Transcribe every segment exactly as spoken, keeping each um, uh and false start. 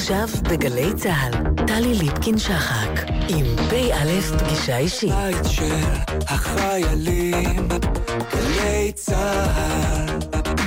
עכשיו בגלי צהל, טלי ליפקין שחק, עם פי א' פגישה אישית. בית של החיילים, גלי צהל.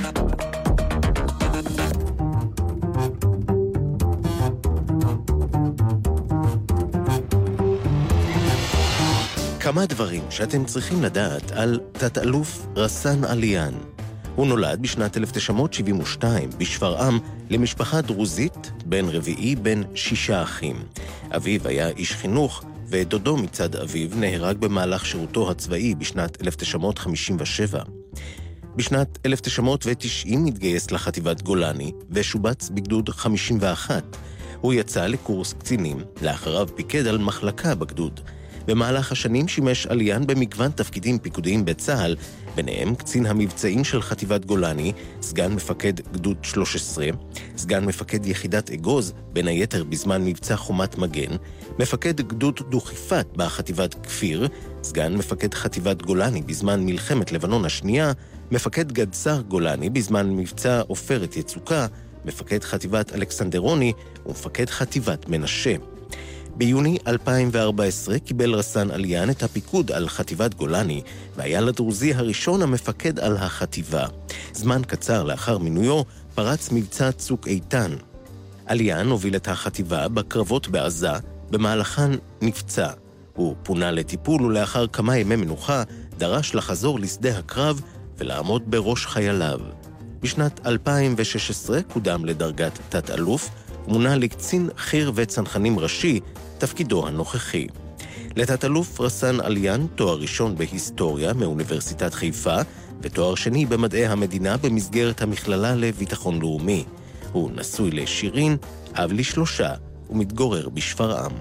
כמה דברים שאתם צריכים לדעת על תת-אלוף רסאן עליאן. הוא נולד בשנת אלף תשע מאות שבעים ושתיים בשפרעם למשפחה דרוזית, בן רביעי בין שישה אחים. אביו היה איש חינוך, ודודו מצד אביו נהרג במהלך שירותו הצבאי בשנת אלף תשע מאות חמישים ושבע. בשנת אלף תשע מאות תשעים התגייס לחטיבת גולני ושובץ בגדוד חמישים ואחת. הוא יצא לקורס קצינים, לאחריו פיקד על מחלקה בגדוד. במהלך השנים שימש עליאן במגוון תפקידים פיקודיים בצה"ל, ביניהם קצין המבצעים של חטיבת גולני, סגן מפקד גדוד שלוש עשרה, סגן מפקד יחידת אגוז, בין היתר בזמן מבצע חומת מגן, מפקד גדוד דוכיפת בחטיבת כפיר, סגן מפקד חטיבת גולני בזמן מלחמת לבנון השנייה, מפקד גדסר גולני בזמן מבצע עופרת יצוקה, מפקד חטיבת אלכסנדרוני ומפקד חטיבת מנשה. ביוני אלפיים וארבע עשרה קיבל רסאן עליאן את הפיקוד על חטיבת גולני, והיה לדרוזי הראשון המפקד על החטיבה. זמן קצר לאחר מינויו פרץ מבצע צוק איתן. עליאן הוביל את החטיבה בקרבות בעזה, במהלכן נפצע. הוא פונה לטיפול ולאחר כמה ימי מנוחה דרש לחזור לשדה הקרב ולעמוד בראש חייליו. בשנת אלפיים ושש עשרה קודם לדרגת תת-אלוף, מונה לקצין חי"ר וצנחנים ראשי, תפקידו הנוכחי. לתת-אלוף רסאן עליאן תואר ראשון בהיסטוריה מאוניברסיטת חיפה, ותואר שני במדעי המדינה במסגרת המכללה לביטחון לאומי. הוא נשוי לשירין, אב לשלושה, ומתגורר בשפרעם.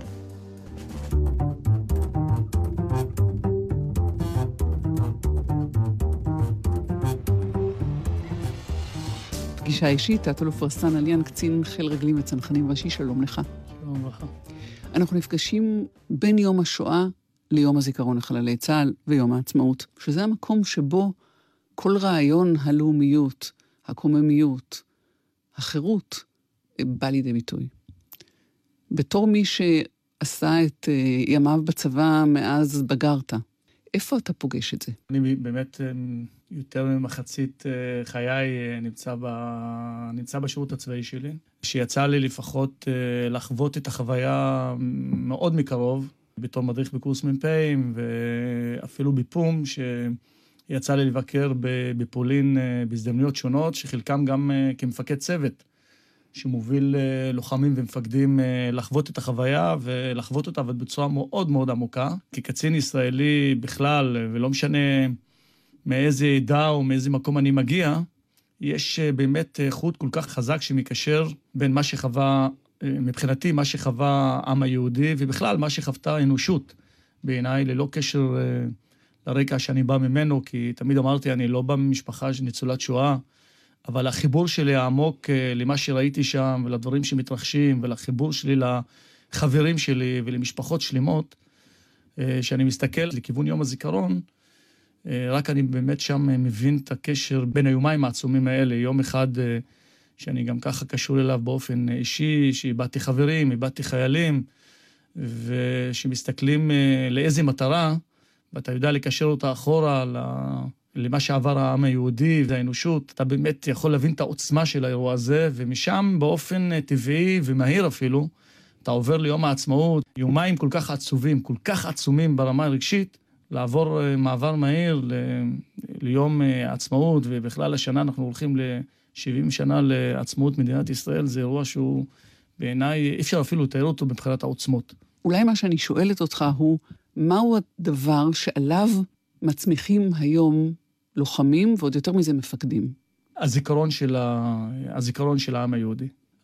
פגישה אישית, תת-אלוף רסאן עליאן, קצין חיל רגלים וצנחנים ראשי, שלום לך. שלום לך. אנחנו נפגשים בין יום השואה ליום הזיכרון לחללי צה"ל ויום העצמאות, שזה המקום שבו כל רעיון הלאומיות, הקוממיות, החירות, בא לידי ביטוי. בתור מי שעשה את ימיו בצבא מאז בגרת, איפה אתה פוגש את זה? אני באמת יותר ממחצית חיי נמצא, ב... נמצא בשירות הצבאי שלי, שיצא לי לפחות לחוות את החוויה מאוד מקרוב, בתור מדריך בקורס מ"פים, ואפילו בפום, שיצא לי לבקר בפולין בהזדמנויות שונות, שחלקם גם כמפקד צוות, שמוביל לוחמים ומפקדים לחוות את החוויה, ולחוות אותה בצורה מאוד מאוד עמוקה. כקצין ישראלי בכלל, ולא משנה מאיזה עדה או מאיזה מקום אני מגיע, יש באמת חוט כל כך חזק שמקשר בין מה שחווה, מבחינתי, מה שחווה העם היהודי, ובכלל מה שחוותה האנושות בעיניי, ללא קשר לרקע שאני בא ממנו, כי תמיד אמרתי, אני לא בא ממשפחה של ניצולת שואה, אבל החיבור שלי העמוק למה שראיתי שם, ולדברים שמתרחשים, ולחיבור שלי לחברים שלי ולמשפחות שלמות, שאני מסתכל לכיוון יום הזיכרון, רק אני באמת שם מבין את הקשר בין היומיים העצומים האלה. יום אחד שאני גם ככה קשור אליו באופן אישי, שאיבדתי חברים, איבדתי חיילים, ושמסתכלים לאיזה מטרה, ואתה יודע לקשר אותה אחורה למה שעבר העם היהודי והאנושות, אתה באמת יכול להבין את העוצמה של האירוע הזה, ומשם באופן טבעי ומהיר אפילו, אתה עובר ליום העצמאות, יומיים כל כך עצובים, כל כך עצומים ברמה הרגשית, לעבור מעבר מהיר ל... ליום העצמאות, ובכלל השנה אנחנו הולכים ל-שבעים שנה לעצמאות מדינת ישראל, זה אירוע שהוא בעיניי, אי אפשר אפילו לתאר אותו מבחינת העוצמות. אולי מה שאני שואלת אותך הוא, מהו הדבר שעליו מצמיחים היום לוחמים, ועוד יותר מזה מפקדים? הזיכרון של, ה... הזיכרון של העם היהודי.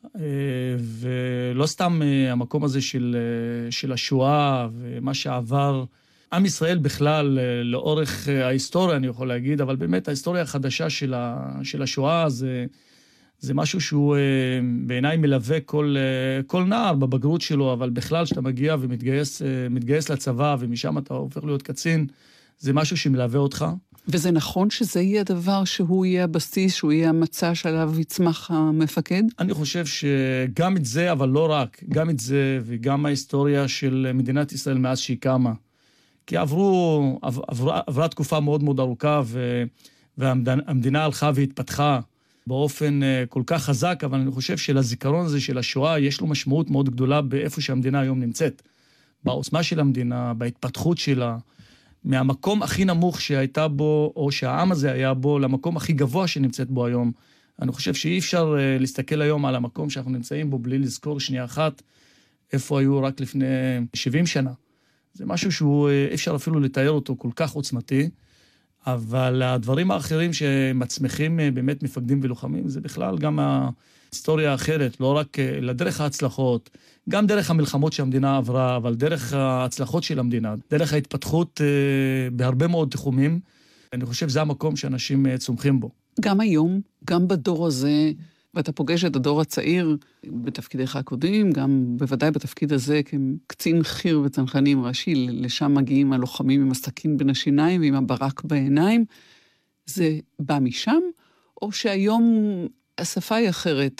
ולא סתם המקום הזה של, של השואה ומה שעבר, עם ישראל בכלל לאורך ההיסטוריה אני יכול להגיד, אבל באמת ההיסטוריה החדשה של, ה, של השואה זה, זה משהו שהוא בעיניי מלווה כל, כל נער בבגרות שלו, אבל בכלל שאתה מגיע ומתגייס מתגייס לצבא ומשם אתה הופך להיות קצין, זה משהו שמלווה אותך. וזה נכון שזה יהיה הדבר שהוא יהיה הבסיס, שהוא יהיה המצע שעליו יצמח המפקד? אני חושב שגם את זה, אבל לא רק, גם את זה וגם ההיסטוריה של מדינת ישראל מאז שהיא קמה. כי עברו, עברה, עברה תקופה מאוד מאוד ארוכה, ו, והמדינה הלכה והתפתחה באופן כל כך חזק, אבל אני חושב שלזיכרון הזה של השואה יש לו משמעות מאוד גדולה באיפה שהמדינה היום נמצאת. בעוצמה של המדינה, בהתפתחות שלה, מהמקום הכי נמוך שהייתה בו, או שהעם הזה היה בו, למקום הכי גבוה שנמצאת בו היום. אני חושב שאי אפשר להסתכל היום על המקום שאנחנו נמצאים בו, בלי לזכור שנייה אחת, איפה היו רק לפני שבעים שנה. זה משהו שהוא אפשר אפילו לתאר אותו כל כך עוצמתי, אבל הדברים האחרים שמצמיחים באמת מפקדים ולוחמים, זה בכלל גם ההיסטוריה האחרת, לא רק לדרך ההצלחות, גם דרך המלחמות שהמדינה עברה, אבל דרך ההצלחות של המדינה, דרך ההתפתחות בהרבה מאוד תחומים, אני חושב שזה המקום שאנשים צומחים בו. גם היום, גם בדור הזה, ואתה פוגש את הדור הצעיר בתפקידיך הקודמים, גם בוודאי בתפקיד הזה כקצין חי"ר וצנחנים ראשי, לשם מגיעים הלוחמים עם הסכין בין השיניים ועם הברק בעיניים. זה בא משם, או שהיום השפה היא אחרת,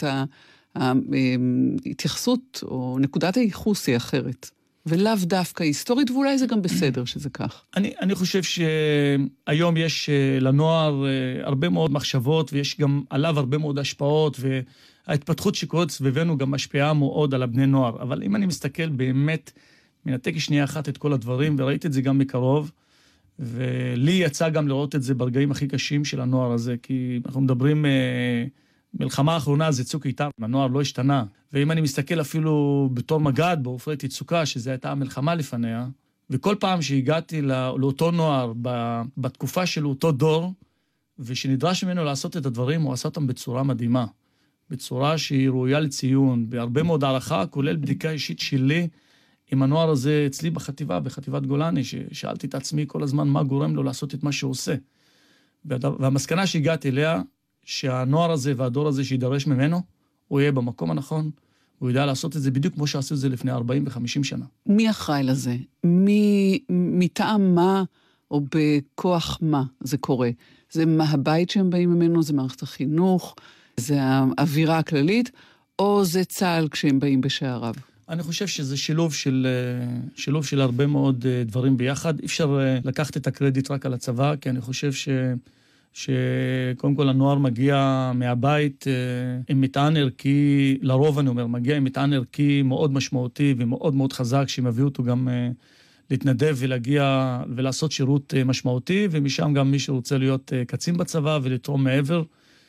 ההתייחסות או נקודת הייחוס היא אחרת, ולאו דווקא היסטורית, ואולי זה גם בסדר שזה כך. אני, אני חושב שהיום יש לנוער הרבה מאוד מחשבות, ויש גם עליו הרבה מאוד השפעות, וההתפתחות שקורית סביבנו גם משפיעה מאוד על הבני נוער. אבל אם אני מסתכל באמת, מנתק שנייה אחת את כל הדברים, וראיתי את זה גם מקרוב, ולי יצא גם לראות את זה ברגעים הכי קשים של הנוער הזה, כי אנחנו מדברים, מלחמה האחרונה זה צוק איתן, הנוער לא השתנה. ואם אני מסתכל אפילו בתור מג"ד, בעופרת יצוקה, שזו הייתה המלחמה לפניה, וכל פעם שהגעתי לא, לאותו נוער, בתקופה של אותו דור, ושנדרש ממנו לעשות את הדברים, הוא עשה אותם בצורה מדהימה. בצורה שהיא ראויה לציון, בהרבה מאוד הערכה, כולל בדיקה אישית שלי, עם הנוער הזה אצלי בחטיבה, בחטיבת גולני, ששאלתי את עצמי כל הזמן מה גורם לו לעשות את מה שהוא עושה. והמסקנה שהגעתי אליה, שהנוער הזה והדור הזה שידרש ממנו, הוא יהיה במקום הנכון, הוא ידע לעשות את זה בדיוק כמו שעשו את זה לפני ארבעים וחמישים שנה. מי אחראי לזה? מי, מטעם מה או בכוח מה זה קורה? זה מה הבית שהם באים ממנו, זה מערכת החינוך, זה האווירה הכללית, או זה צה"ל כשהם באים בשעריו? אני חושב שזה שילוב של, שילוב של הרבה מאוד דברים ביחד. אי אפשר לקחת את הקרדיט רק על הצבא, כי אני חושב ש... שקודם כל הנוער מגיע מהבית עם מטען ערכי, לרוב אני אומר, מגיע עם מטען ערכי מאוד משמעותי ומאוד מאוד חזק, שמביא אותו גם להתנדב ולהגיע ולעשות שירות משמעותי, ומשם גם מי שרוצה להיות קצין בצבא ולתרום מעבר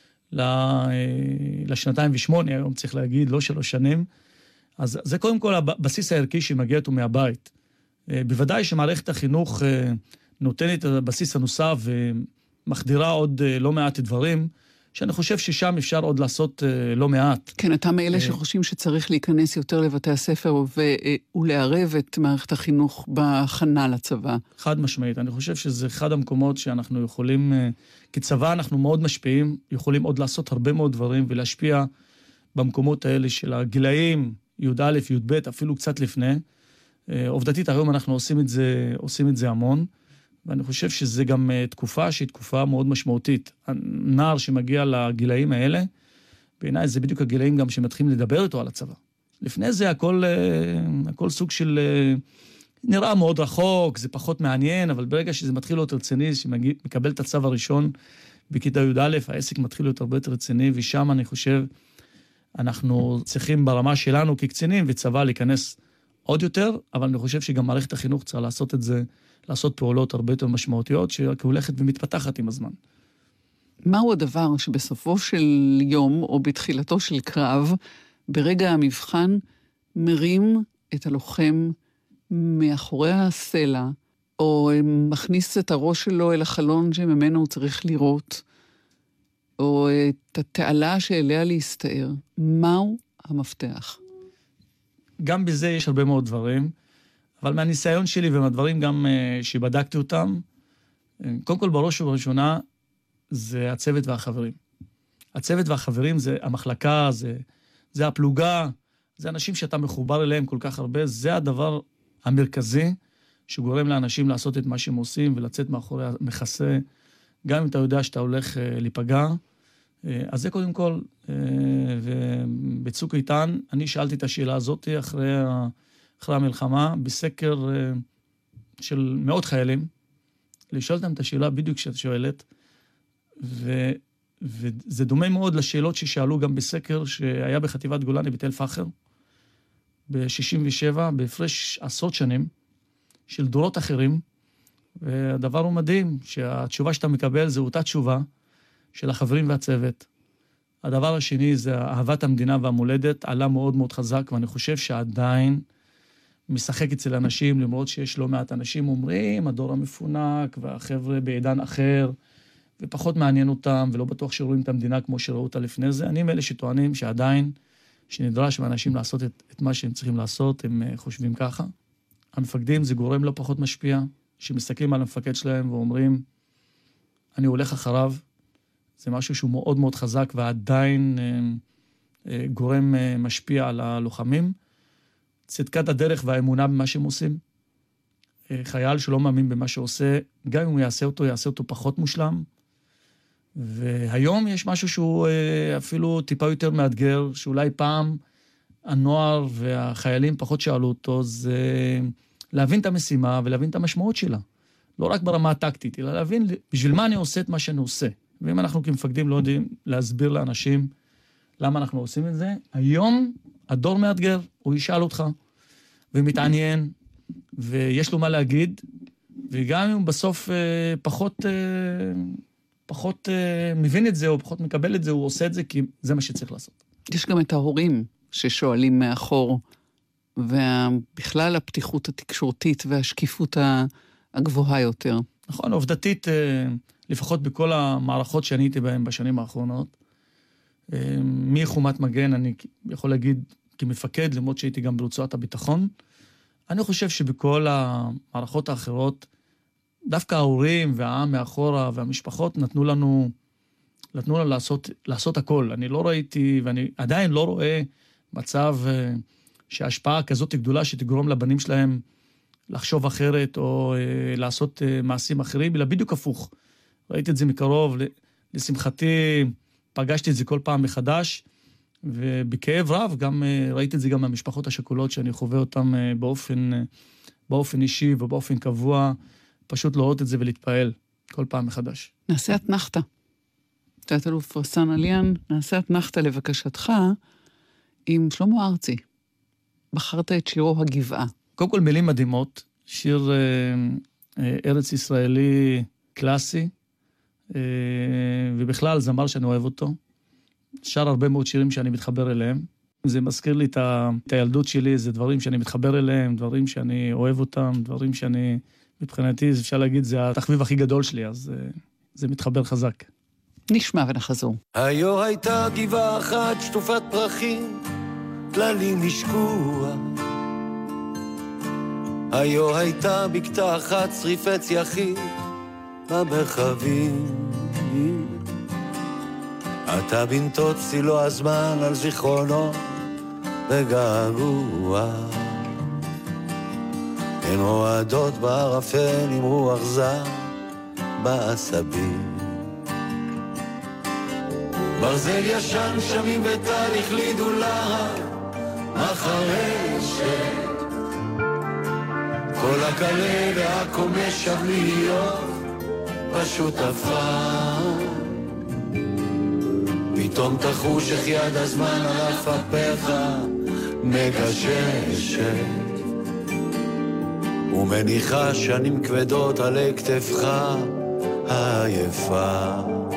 לשנתיים ושמונה, היום צריך להגיד, לא שלוש שנים. אז זה קודם כל הבסיס הערכי שמגיע אותו מהבית. בוודאי שמערכת החינוך נותנת את הבסיס הנוסף ומחדירה עוד לא מעט דברים, שאני חושב ששם אפשר עוד לעשות לא מעט. כן, אתה מאלה שחושבים שצריך להיכנס יותר לבתי הספר ולערב את מערכת החינוך בהכנה לצבא. חד משמעית. אני חושב שזה אחד המקומות שאנחנו יכולים, כצבא אנחנו מאוד משפיעים, יכולים עוד לעשות הרבה מאוד דברים ולהשפיע במקומות האלה של הגילאים, י"א, י"ב, אפילו קצת לפני. עובדתית, היום אנחנו עושים את זה, עושים את זה המון, ואני חושב שזה גם תקופה שהיא תקופה מאוד משמעותית. הנער שמגיע לגילאים האלה, בעיניי זה בדיוק הגילאים גם שמתחילים לדבר איתו על הצבא. לפני זה הכל, הכל סוג של, נראה מאוד רחוק, זה פחות מעניין, אבל ברגע שזה מתחיל להיות רציני, שמקבל את הצו הראשון בכיתה י"א, העסק מתחיל להיות הרבה יותר רציני, ושם אני חושב, אנחנו צריכים ברמה שלנו כקצינים וצבא להיכנס עוד יותר, אבל אני חושב שגם מערכת החינוך צריכה לעשות את זה, לעשות פעולות הרבה יותר משמעותיות, שהולכת ומתפתחת עם הזמן. מהו הדבר שבסופו של יום, או בתחילתו של קרב, ברגע המבחן, מרים את הלוחם מאחורי הסלע, או מכניס את הראש שלו אל החלון שממנו הוא צריך לראות, או את התעלה שאליה להסתער? מהו המפתח? גם בזה יש הרבה מאוד דברים, אבל מהניסיון שלי ומהדברים גם שבדקתי אותם, קודם כל בראש ובראשונה זה הצוות והחברים. הצוות והחברים זה המחלקה, זה, זה הפלוגה, זה אנשים שאתה מחובר אליהם כל כך הרבה, זה הדבר המרכזי שגורם לאנשים לעשות את מה שהם עושים ולצאת מאחורי המכסה. גם אם אתה יודע שאתה הולך להיפגע. אז זה קודם כל, ובצוק איתן, אני שאלתי את השאלה הזאת אחרי, אחרי המלחמה, בסקר של מאות חיילים, לשאול אותם את השאלה בדיוק שאת שואלת, ו, וזה דומה מאוד לשאלות ששאלו גם בסקר שהיה בחטיבת גולני בתל פחר, ב-שישים ושבע, בהפרש עשרות שנים, של דורות אחרים, והדבר הוא מדהים, שהתשובה שאתה מקבל זה אותה תשובה של החברים והצוות. הדבר השני זה אהבת המדינה והמולדת, עלה מאוד מאוד חזק, ואני חושב שעדיין משחק אצל אנשים, למרות שיש לא מעט אנשים אומרים, הדור המפונק והחבר'ה בעידן אחר, ופחות מעניין אותם, ולא בטוח שרואים את המדינה כמו שראו אותה לפני זה. אני מאלה שטוענים שעדיין, שנדרש מאנשים לעשות את, את מה שהם צריכים לעשות, הם חושבים ככה. המפקדים זה גורם לא פחות משפיע, שמסתכלים על המפקד שלהם ואומרים, אני הולך אחריו, זה משהו שהוא מאוד מאוד חזק, ועדיין אה, אה, גורם אה, משפיע על הלוחמים. צדקת הדרך והאמונה במה שהם עושים. אה, חייל שלא מאמין במה שעושה, גם אם הוא יעשה אותו, יעשה אותו פחות מושלם. והיום יש משהו שהוא אה, אפילו טיפה יותר מאתגר, שאולי פעם הנוער והחיילים פחות שאלו אותו, זה להבין את המשימה ולהבין את המשמעות שלה. לא רק ברמה הטקטית, אלא להבין בשביל מה אני עושה את מה שאני עושה. ואם אנחנו כמפקדים לא יודעים להסביר לאנשים למה אנחנו עושים את זה, היום הדור מאתגר, הוא ישאל אותך, ומתעניין, ויש לו מה להגיד, וגם אם בסוף אה, פחות, אה, פחות אה, מבין את זה, או פחות מקבל את זה, הוא עושה את זה, כי זה מה שצריך לעשות. יש גם את ההורים ששואלים מאחור, ובכלל הפתיחות התקשורתית והשקיפות הגבוהה יותר. נכון, עובדתית, לפחות בכל המערכות שאני הייתי בהן בשנים האחרונות, מחומת מגן, אני יכול להגיד כמפקד, למרות שהייתי גם ברצועת הביטחון, אני חושב שבכל המערכות האחרות, דווקא ההורים והעם מאחורה והמשפחות נתנו לנו, נתנו לנו לעשות, לעשות הכל. אני לא ראיתי, ואני עדיין לא רואה מצב שההשפעה כזאת גדולה שתגרום לבנים שלהם לחשוב אחרת או אה, לעשות אה, מעשים אחרים, אלא בדיוק הפוך. ראיתי את זה מקרוב, לשמחתי פגשתי את זה כל פעם מחדש, ובכאב רב גם אה, ראיתי את זה גם מהמשפחות השכולות שאני חווה אותם אה, באופן, אה, באופן אישי ובאופן קבוע, פשוט לראות את זה ולהתפעל כל פעם מחדש. נעשה אתנחתה. תת-אלוף רסאן עליאן, נעשה אתנחתה לבקשתך עם שלמה ארצי. בחרת את שירו הגבעה. קודם כל מילים מדהימות, שיר אה, אה, ארץ ישראלי קלאסי, אה, ובכלל זמר שאני אוהב אותו. שר הרבה מאוד שירים שאני מתחבר אליהם. זה מזכיר לי את, ה, את הילדות שלי, זה דברים שאני מתחבר אליהם, דברים שאני אוהב אותם, דברים שאני, מבחינתי, אפשר להגיד, זה התחביב הכי גדול שלי, אז אה, זה מתחבר חזק. נשמע ונחזור. היו הייתה גבעה אחת שטופת פרחים, כללים נשקוע. היו הייתה בקתה אחת שריפת יחיד במרחבים. אתה בנתות צילו הזמן על זיכרונו וגעגוע. הן רועדות בערפל עם רוח זר בעשבים. ברזל ישן שמים ותהליך לידולה מחרשת. כל הקלה והקומה שב להיות פשוט עפר. פתאום תחוש איך יד הזמן על אפך מגששת ומניחה שנים כבדות על כתפך העייפה.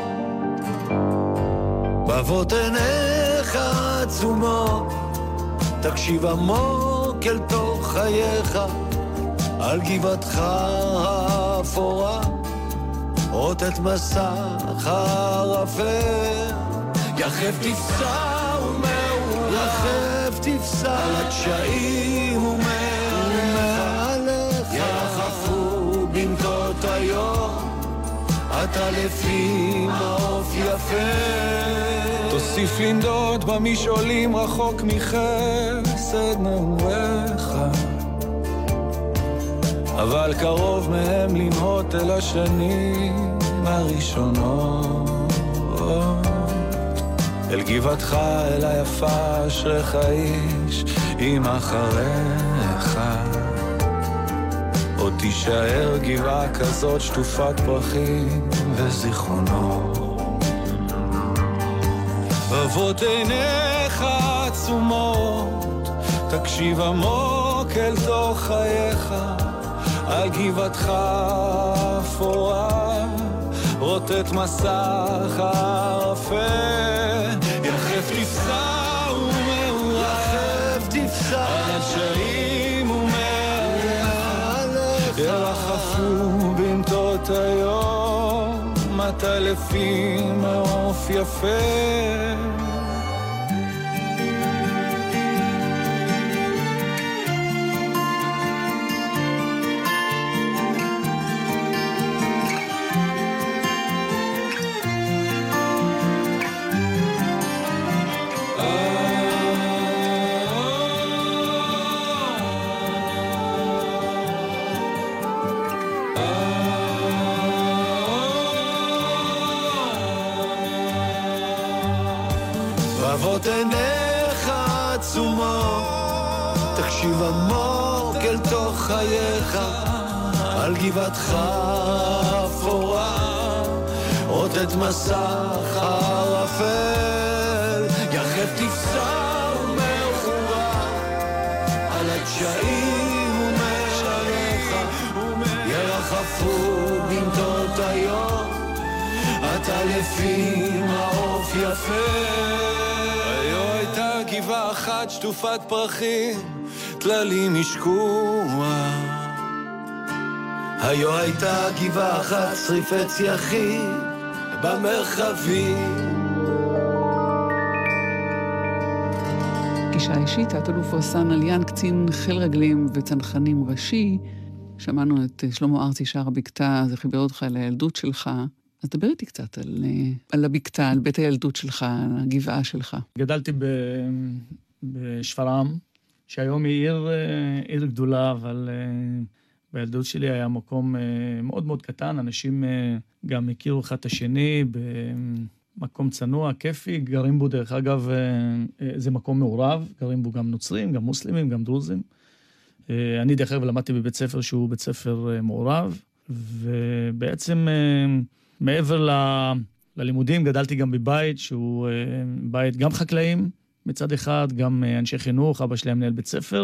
בבות עיניך עצומות תקשיב עמוק אל תוך חייך, על גבעתך האפורה רוט את מסך הערפל. יחף תפסע ומעורר, יחף תפסע על הקשיים ומעליך, יחפו בנתות היום אתה לפי מעוף יפה. תוסיף לנדות במשעולים רחוק מחסד נעוריך, אבל קרוב מהם לנהות אל השנים הראשונות, אל גבעתך, אל היפה, אשריך איש, אם אחריך עוד תישאר גבעה כזאת שטופת פרחים וזיכרונות. רבות עיניך עצומות, תקשיב עמוק אל תוך חייך, על גבעתך אפורה רוטט מסך הערפל, יחף תפסע ומעורב, תפסע על הדשאים ומעלך, ירחפו במטות היום מטלפים מעוף יפה. רבות עיניך עצומות, תקשיב עמוק אל תוך חייך, על גבעתך אפורה רוטט מסך הערפל, יחף תפסע ומאחורה על הדשאים ומעליך, ירחפו במטות היום הטלפים העוף יפה. גבעה אחת שטופת פרחים, תללים משקוע, היו הייתה גבעה אחת שריפת צייחים במרחבים. פגישה אישית, תת-אלוף רס"ן עליאן, קצין חיל רגלים וצנחנים ראשי. שמענו את שלמה ארצי שר הבקתה, זה חיבר אותך אל הילדות שלך. אז דבר איתי קצת על, על הבקתה, על בית הילדות שלך, על הגבעה שלך. גדלתי ב, בשפרעם, שהיום היא עיר, עיר גדולה, אבל בילדות שלי היה מקום מאוד מאוד קטן, אנשים גם הכירו אחד את השני, במקום צנוע, כיפי, גרים בו דרך אגב, זה מקום מעורב, גרים בו גם נוצרים, גם מוסלמים, גם דרוזים. אני דרך אגב למדתי בבית ספר שהוא בית ספר מעורב, ובעצם מעבר ל... ללימודים גדלתי גם בבית, שהוא בית גם חקלאים מצד אחד, גם אנשי חינוך, אבא שלי מנהל בית ספר,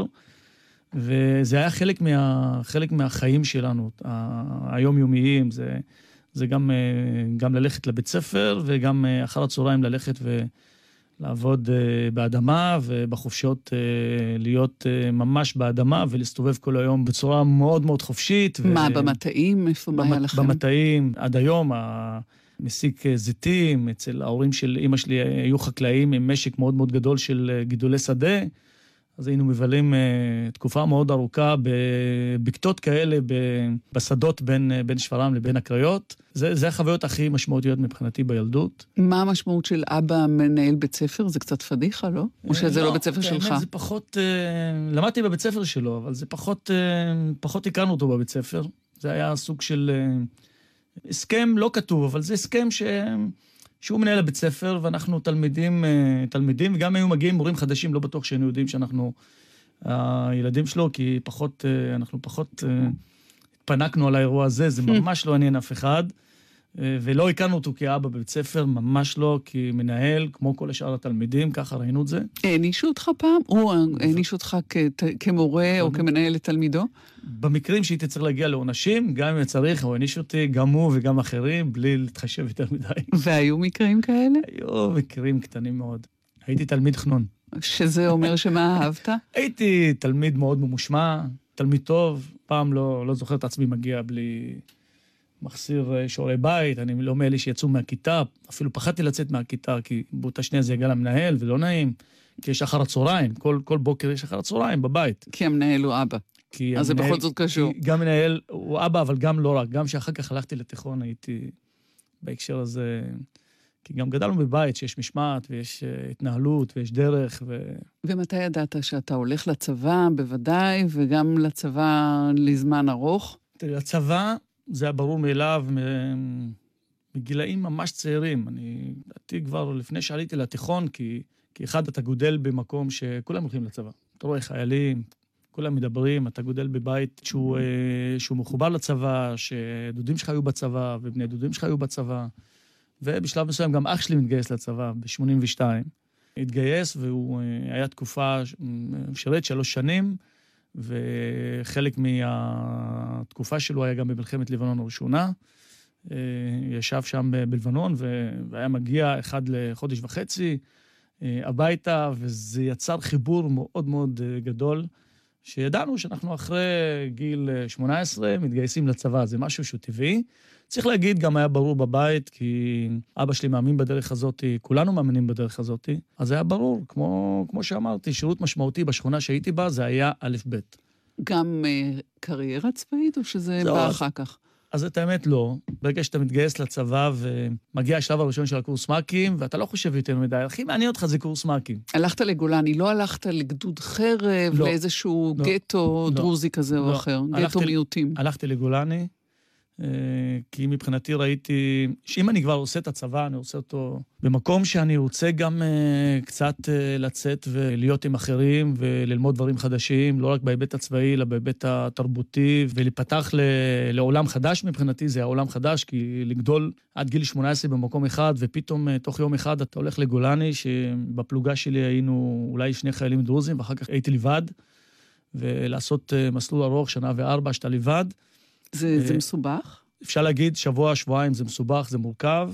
וזה היה חלק, מה... חלק מהחיים שלנו, היומיומיים, זה, זה גם, גם ללכת לבית ספר, וגם אחר הצהריים ללכת ולעבוד באדמה, ובחופשות להיות ממש באדמה, ולהסתובב כל היום בצורה מאוד מאוד חופשית. מה, ו... במטעים? איפה במת... היה לכם? במטעים, עד היום, המסיק זיתים, אצל ההורים של אמא שלי היו חקלאים עם משק מאוד מאוד גדול של גידולי שדה, אז היינו מבלים uh, תקופה מאוד ארוכה בבקתות כאלה, בשדות בין, בין שפרעם לבין הקריות. זה, זה החוויות הכי משמעותיות מבחינתי בילדות. מה המשמעות של אבא מנהל בית ספר? זה קצת פדיחה, לא? או שזה לא, לא בית ספר שלך? זה פחות, uh, למדתי בבית ספר שלו, אבל זה פחות, uh, פחות הכרנו אותו בבית ספר. זה היה סוג של uh, הסכם לא כתוב, אבל זה הסכם ש... שהוא מנהל הבית ספר, ואנחנו תלמידים, תלמידים, וגם היו מגיעים מורים חדשים, לא בטוח שהיינו יודעים שאנחנו הילדים שלו, כי פחות, אנחנו פחות התפנקנו על האירוע הזה, זה ממש לא עניין אף אחד, ולא הכרנו אותו כאבא בבית ספר, ממש לא, כי מנהל, כמו כל השאר התלמידים, ככה ראינו את זה. הענישו אותך פעם? הוא העניש אותך כמורה או כמנהל לתלמידו? במקרים שהייתי צריך להגיע לעונשים, גם אם צריך, הוא העניש אותי, גם הוא וגם אחרים, בלי להתחשב יותר מדי. והיו מקרים כאלה? היו מקרים קטנים מאוד. הייתי תלמיד חנון. שזה אומר שמה אהבת? הייתי תלמיד מאוד ממושמע, תלמיד טוב, פעם לא, לא זוכר את עצמי מגיע בלי מחסיר שעורי בית, אני לא מאלה שיצאו מהכיתה, אפילו פחדתי לצאת מהכיתה, כי באותה שנייה זה יגע למנהל ולא נעים, כי יש אחר הצהריים, כל, כל בוקר יש אחר הצהריים בבית. כי המנהל הוא אבא. אז זה בכל זאת קשור. גם מנהל הוא אבא, אבל גם לא רק, גם שאחר כך הלכתי לתיכון, הייתי בהקשר הזה, כי גם גדלנו בבית שיש משמעת ויש התנהלות ויש דרך. ו... ומתי ידעת שאתה הולך לצבא בוודאי, וגם לצבא לזמן ארוך? לצבא זה היה ברור מאליו, בגילאים ממש צעירים. אני דעתי כבר לפני שעליתי לתיכון, כי, כי אחד, אתה גודל במקום שכולם הולכים לצבא. אתה רואה חיילים, כולם מדברים, אתה גודל בבית שהוא, שהוא מחובר לצבא, שדודים שלך היו בצבא, ובני דודים שלך היו בצבא. ובשלב מסוים גם אח שלי מתגייס לצבא, ב-שמונים ושתיים. התגייס, והוא היה תקופה, שרת שלוש שנים, וחלק מהתקופה שלו היה גם במלחמת לבנון הראשונה. ישב שם בלבנון, והיה מגיע אחד לחודש וחצי הביתה, וזה יצר חיבור מאוד מאוד גדול, שידענו שאנחנו אחרי גיל שמונה עשרה מתגייסים לצבא, זה משהו שהוא טבעי. צריך להגיד, גם היה ברור בבית, כי אבא שלי מאמין בדרך הזאת, כולנו מאמינים בדרך הזאת, אז היה ברור, כמו, כמו שאמרתי, שירות משמעותי בשכונה שהייתי בה, זה היה א' ב'. גם uh, קריירה צבאית, או שזה זה בא עוד... אחר כך? אז את האמת לא. ברגע שאתה מתגייס לצבא ומגיע השלב הראשון של הקורס מ"כים, ואתה לא חושב יותר מדי, הכי מעניין אותך זה קורס מ"כים. הלכת לגולני, לא הלכת לגדוד חרב, לא, לאיזשהו לא, גטו לא, דרוזי כזה לא. או אחר, הלכתי, גטו מיעוטים. הלכתי לגולני, כי מבחינתי ראיתי שאם אני כבר עושה את הצבא, אני עושה אותו במקום שאני רוצה גם קצת לצאת ולהיות עם אחרים וללמוד דברים חדשים, לא רק בהיבט הצבאי, אלא בהיבט התרבותי, ולהיפתח לעולם חדש מבחינתי, זה העולם חדש, כי לגדול עד גיל שמונה עשרה במקום אחד, ופתאום תוך יום אחד אתה הולך לגולני, שבפלוגה שלי היינו אולי שני חיילים דרוזים, ואחר כך הייתי לבד, ולעשות מסלול ארוך, שנה וארבע, שאתה לבד, זה, זה מסובך? אפשר להגיד, שבוע, שבועיים זה מסובך, זה מורכב,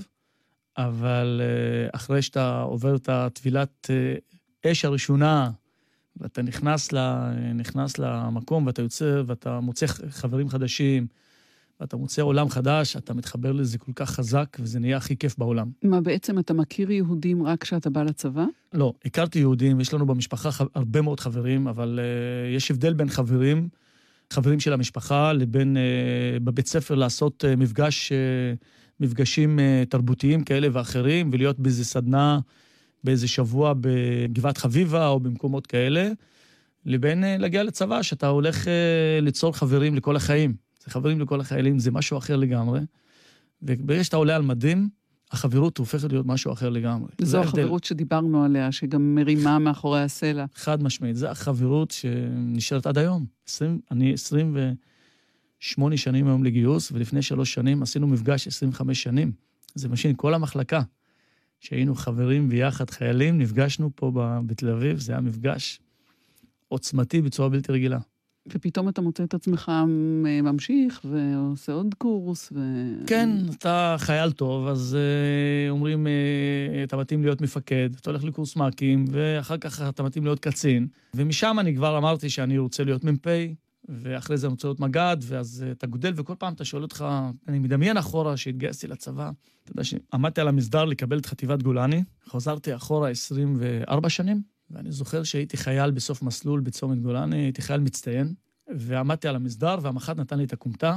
אבל אחרי שאתה עובר את הטבילת אש הראשונה, ואתה נכנס, לה, נכנס למקום, ואתה יוצא, ואתה מוצא חברים חדשים, ואתה מוצא עולם חדש, אתה מתחבר לזה כל כך חזק, וזה נהיה הכי כיף בעולם. מה בעצם, אתה מכיר יהודים רק כשאתה בא לצבא? לא, הכרתי יהודים, יש לנו במשפחה הרבה מאוד חברים, אבל uh, יש הבדל בין חברים, חברים של המשפחה, לבין uh, בבית ספר לעשות uh, מפגש, uh, מפגשים uh, תרבותיים כאלה ואחרים, ולהיות באיזה סדנה, באיזה שבוע בגבעת חביבה או במקומות כאלה, לבין uh, להגיע לצבא, שאתה הולך uh, ליצור חברים לכל החיים. זה חברים לכל החיילים, זה משהו אחר לגמרי. וברגע שאתה עולה על מדים, החברות הופכת להיות משהו אחר לגמרי. זו החברות שדיברנו עליה, שגם מרימה מאחורי הסלע. חד משמעית, זו החברות שנשארת עד היום. אני עשרים ושמונה שנים היום לגיוס, ולפני שלוש שנים עשינו מפגש עשרים וחמש שנים. זה משין, כל המחלקה, שהיינו חברים ביחד, חיילים, נפגשנו פה בתל אביב, זה היה מפגש עוצמתי בצורה בלתי רגילה. ופתאום אתה מוצא את עצמך ממשיך ועושה עוד קורס. ו... כן, אתה חייל טוב, אז uh, אומרים, uh, אתה מתאים להיות מפקד, אתה הולך לקורס מ"כים, ואחר כך אתה מתאים להיות קצין. ומשם אני כבר אמרתי שאני רוצה להיות מ"פ, ואחרי זה אני רוצה להיות מג"ד, ואז uh, אתה גודל, וכל פעם אתה שואל אותך, אני מדמיין אחורה שהתגייסתי לצבא. אתה יודע שעמדתי על המסדר לקבל את חטיבת גולני, חזרתי אחורה עשרים וארבע שנים, ואני זוכר שהייתי חייל בסוף מסלול בצומת גולני, הייתי חייל מצטיין, ועמדתי על המסדר, והמח"ט נתן לי את הקומטה,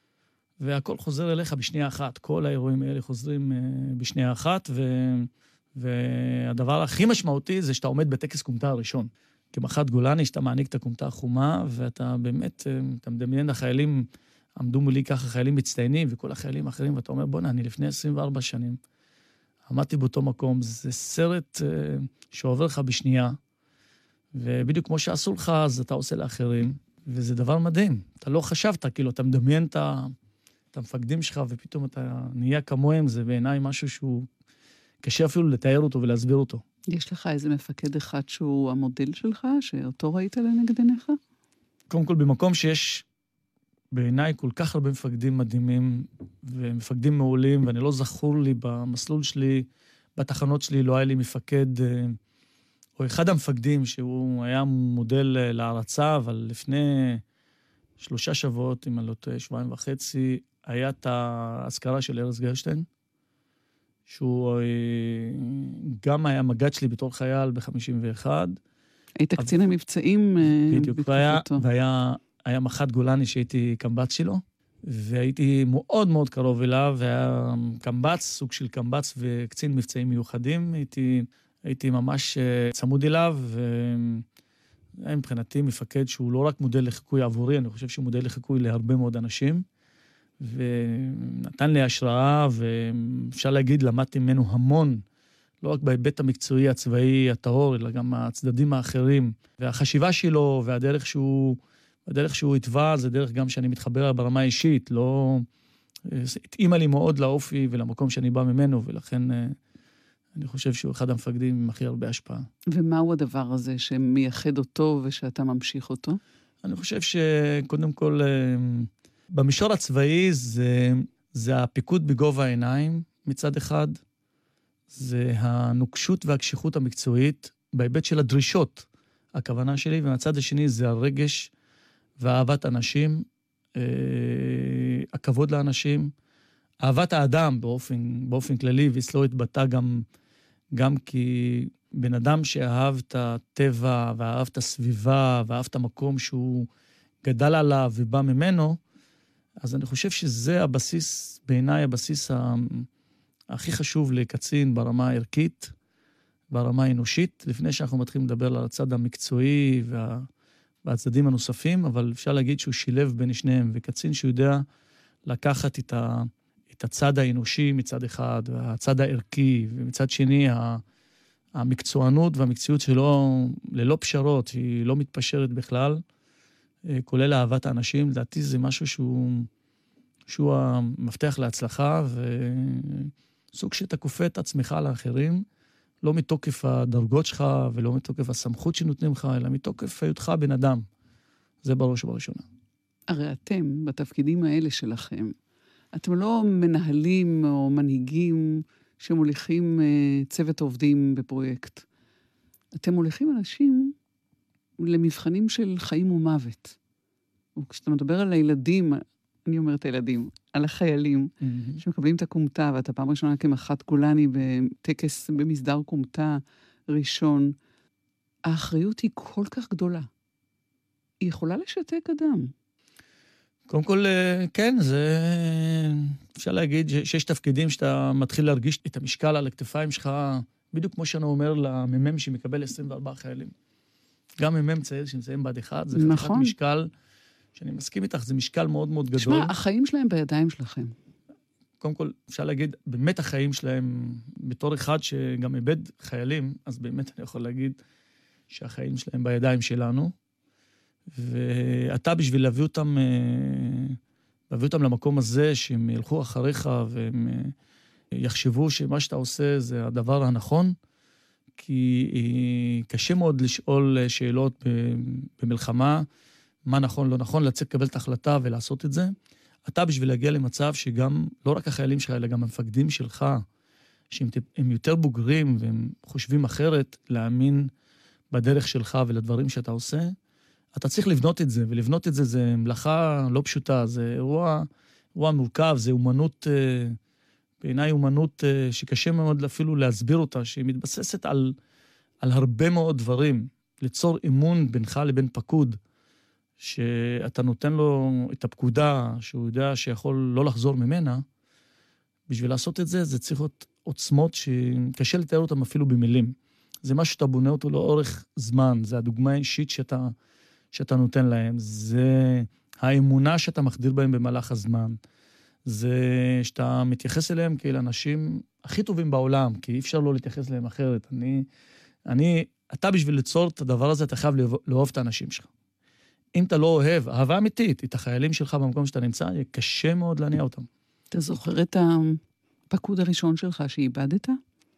והכל חוזר אליך בשנייה אחת. כל האירועים האלה חוזרים בשנייה אחת, ו... והדבר הכי משמעותי זה שאתה עומד בטקס קומטה הראשון. כמח"ט גולני, שאתה מעניק את הקומטה החומה, ואתה באמת, אתה מדמיין, החיילים עמדו מולי ככה, חיילים מצטיינים, וכל החיילים האחרים, ואתה אומר, בוא נה, אני לפני עשרים וארבע שנים, עמדתי באותו מקום, זה סרט uh, שעובר לך בשנייה, ובדיוק כמו שעשו לך, אז אתה עושה לאחרים, וזה דבר מדהים. אתה לא חשבת, כאילו, אתה מדמיין את, את המפקדים שלך, ופתאום אתה נהיה כמוהם, זה בעיניי משהו שהוא קשה אפילו לתאר אותו ולהסביר אותו. יש לך איזה מפקד אחד שהוא המודל שלך, שאותו ראית לנגד עיניך? קודם כל, במקום שיש בעיניי כל כך הרבה מפקדים מדהימים, ומפקדים מעולים, ואני לא זכור לי במסלול שלי, בתחנות שלי, לא היה לי מפקד, או אחד המפקדים שהוא היה מודל להרצה, אבל לפני שלושה שבועות, אם אני לא טועה, שבועיים וחצי, היה את ההזכרה של ארז גרשטיין, שהוא גם היה מג"ד שלי בתור חייל ב-חמישים ואחת. היית קצין המבצעים בתקופתו. והיה... היה מח"ט גולני שהייתי קמב"ץ שלו, והייתי מאוד מאוד קרוב אליו, והיה קמב"ץ, סוג של קמב"ץ וקצין מבצעים מיוחדים, הייתי, הייתי ממש צמוד אליו, והיה מבחינתי מפקד שהוא לא רק מודל לחיקוי עבורי, אני חושב שהוא מודל לחיקוי להרבה מאוד אנשים, ונתן לי השראה, ואפשר להגיד, למדתי ממנו המון, לא רק בהיבט המקצועי הצבאי הטהור, אלא גם הצדדים האחרים. והחשיבה שלו והדרך שהוא, הדרך שהוא התווה, זה דרך גם שאני מתחבר ברמה האישית, לא... התאימה לי מאוד לאופי ולמקום שאני בא ממנו, ולכן אני חושב שהוא אחד המפקדים עם הכי הרבה השפעה. ומהו הדבר הזה שמייחד אותו ושאתה ממשיך אותו? אני חושב שקודם כל, במישור הצבאי זה, זה הפיקוד בגובה העיניים מצד אחד, זה הנוקשות והקשיחות המקצועית בהיבט של הדרישות, הכוונה שלי, ומצד השני זה הרגש ואהבת אנשים, הכבוד לאנשים, אהבת האדם באופן, באופן כללי, ואצלו התבטא גם, גם כי בן אדם שאהב את הטבע, ואהב את הסביבה, ואהב את המקום שהוא גדל עליו ובא ממנו, אז אני חושב שזה הבסיס, בעיניי הבסיס הכי חשוב לקצין ברמה הערכית, ברמה האנושית, לפני שאנחנו מתחילים לדבר על הצד המקצועי וה... והצדדים הנוספים, אבל אפשר להגיד שהוא שילב בין שניהם, וקצין שהוא יודע לקחת את, ה, את הצד האנושי מצד אחד, והצד הערכי, ומצד שני, המקצוענות והמקצועיות שלו ללא פשרות, שהיא לא מתפשרת בכלל, כולל אהבת האנשים. לדעתי זה משהו שהוא, שהוא המפתח להצלחה, וסוג שאתה כופה את עצמך לאחרים, לא מתוקף הדרגות שלך, ולא מתוקף הסמכות שנותנים לך, אלא מתוקף היותך בן אדם. זה בראש ובראשונה. הרי אתם, בתפקידים האלה שלכם, אתם לא מנהלים או מנהיגים שמוליכים צוות עובדים בפרויקט. אתם מוליכים אנשים למבחנים של חיים ומוות. וכשאתה מדבר על הילדים, אני אומרת הילדים, על החיילים, mm-hmm. שמקבלים את הקומתה, ואתה פעם ראשונה כמח"ט גולני בטקס במסדר קומתה ראשון, האחריות היא כל כך גדולה. היא יכולה לשתק אדם. קודם כל, כן, זה... אפשר להגיד שיש תפקידים שאתה מתחיל להרגיש את המשקל על הכתפיים שלך, בדיוק כמו שאני אומר לממם שמקבל עשרים וארבעה חיילים. גם ממם צעיר שמסיים בעד אחד, זה חתיכת נכון. משקל... שאני מסכים איתך, זה משקל מאוד מאוד גדול. תשמע, החיים שלהם בידיים שלכם. קודם כל, אפשר להגיד, באמת החיים שלהם, בתור אחד שגם איבד חיילים, אז באמת אני יכול להגיד שהחיים שלהם בידיים שלנו, ואתה בשביל להביא אותם, להביא אותם למקום הזה, שהם ילכו אחריך, והם יחשבו שמה שאתה עושה זה הדבר הנכון, כי קשה מאוד לשאול שאלות במלחמה, מה נכון, לא נכון, לצאת לקבל את ההחלטה ולעשות את זה. אתה בשביל להגיע למצב שגם, לא רק החיילים שלך, אלא גם המפקדים שלך, שהם יותר בוגרים והם חושבים אחרת, להאמין בדרך שלך ולדברים שאתה עושה, אתה צריך לבנות את זה, ולבנות את זה זה מלאכה לא פשוטה, זה אירוע, אירוע מורכב, זה אומנות, בעיניי אומנות שקשה מאוד אפילו להסביר אותה, שהיא מתבססת על, על הרבה מאוד דברים, ליצור אמון בינך לבין פקוד, שאתה נותן לו את הפקודה, שהוא יודע שיכול לא לחזור ממנה, בשביל לעשות את זה, זה צריך להיות עוצמות שקשה לתאר אותם אפילו במילים. זה משהו שאתה בונה אותו לאורך זמן, זה הדוגמה האישית שאתה, שאתה נותן להם, זה האמונה שאתה מחדיר בהם במהלך הזמן, זה שאתה מתייחס אליהם כאל אנשים הכי טובים בעולם, כי אי אפשר לא להתייחס אליהם אחרת. אני, אני, אתה בשביל ליצור את הדבר הזה, אתה חייב לאהוב את האנשים שלך. אם אתה לא אוהב, אהבה אמיתית, את החיילים שלך במקום שאתה נמצא, יהיה קשה מאוד להניע אותם. אתה זוכר את הפקוד הראשון שלך שאיבדת?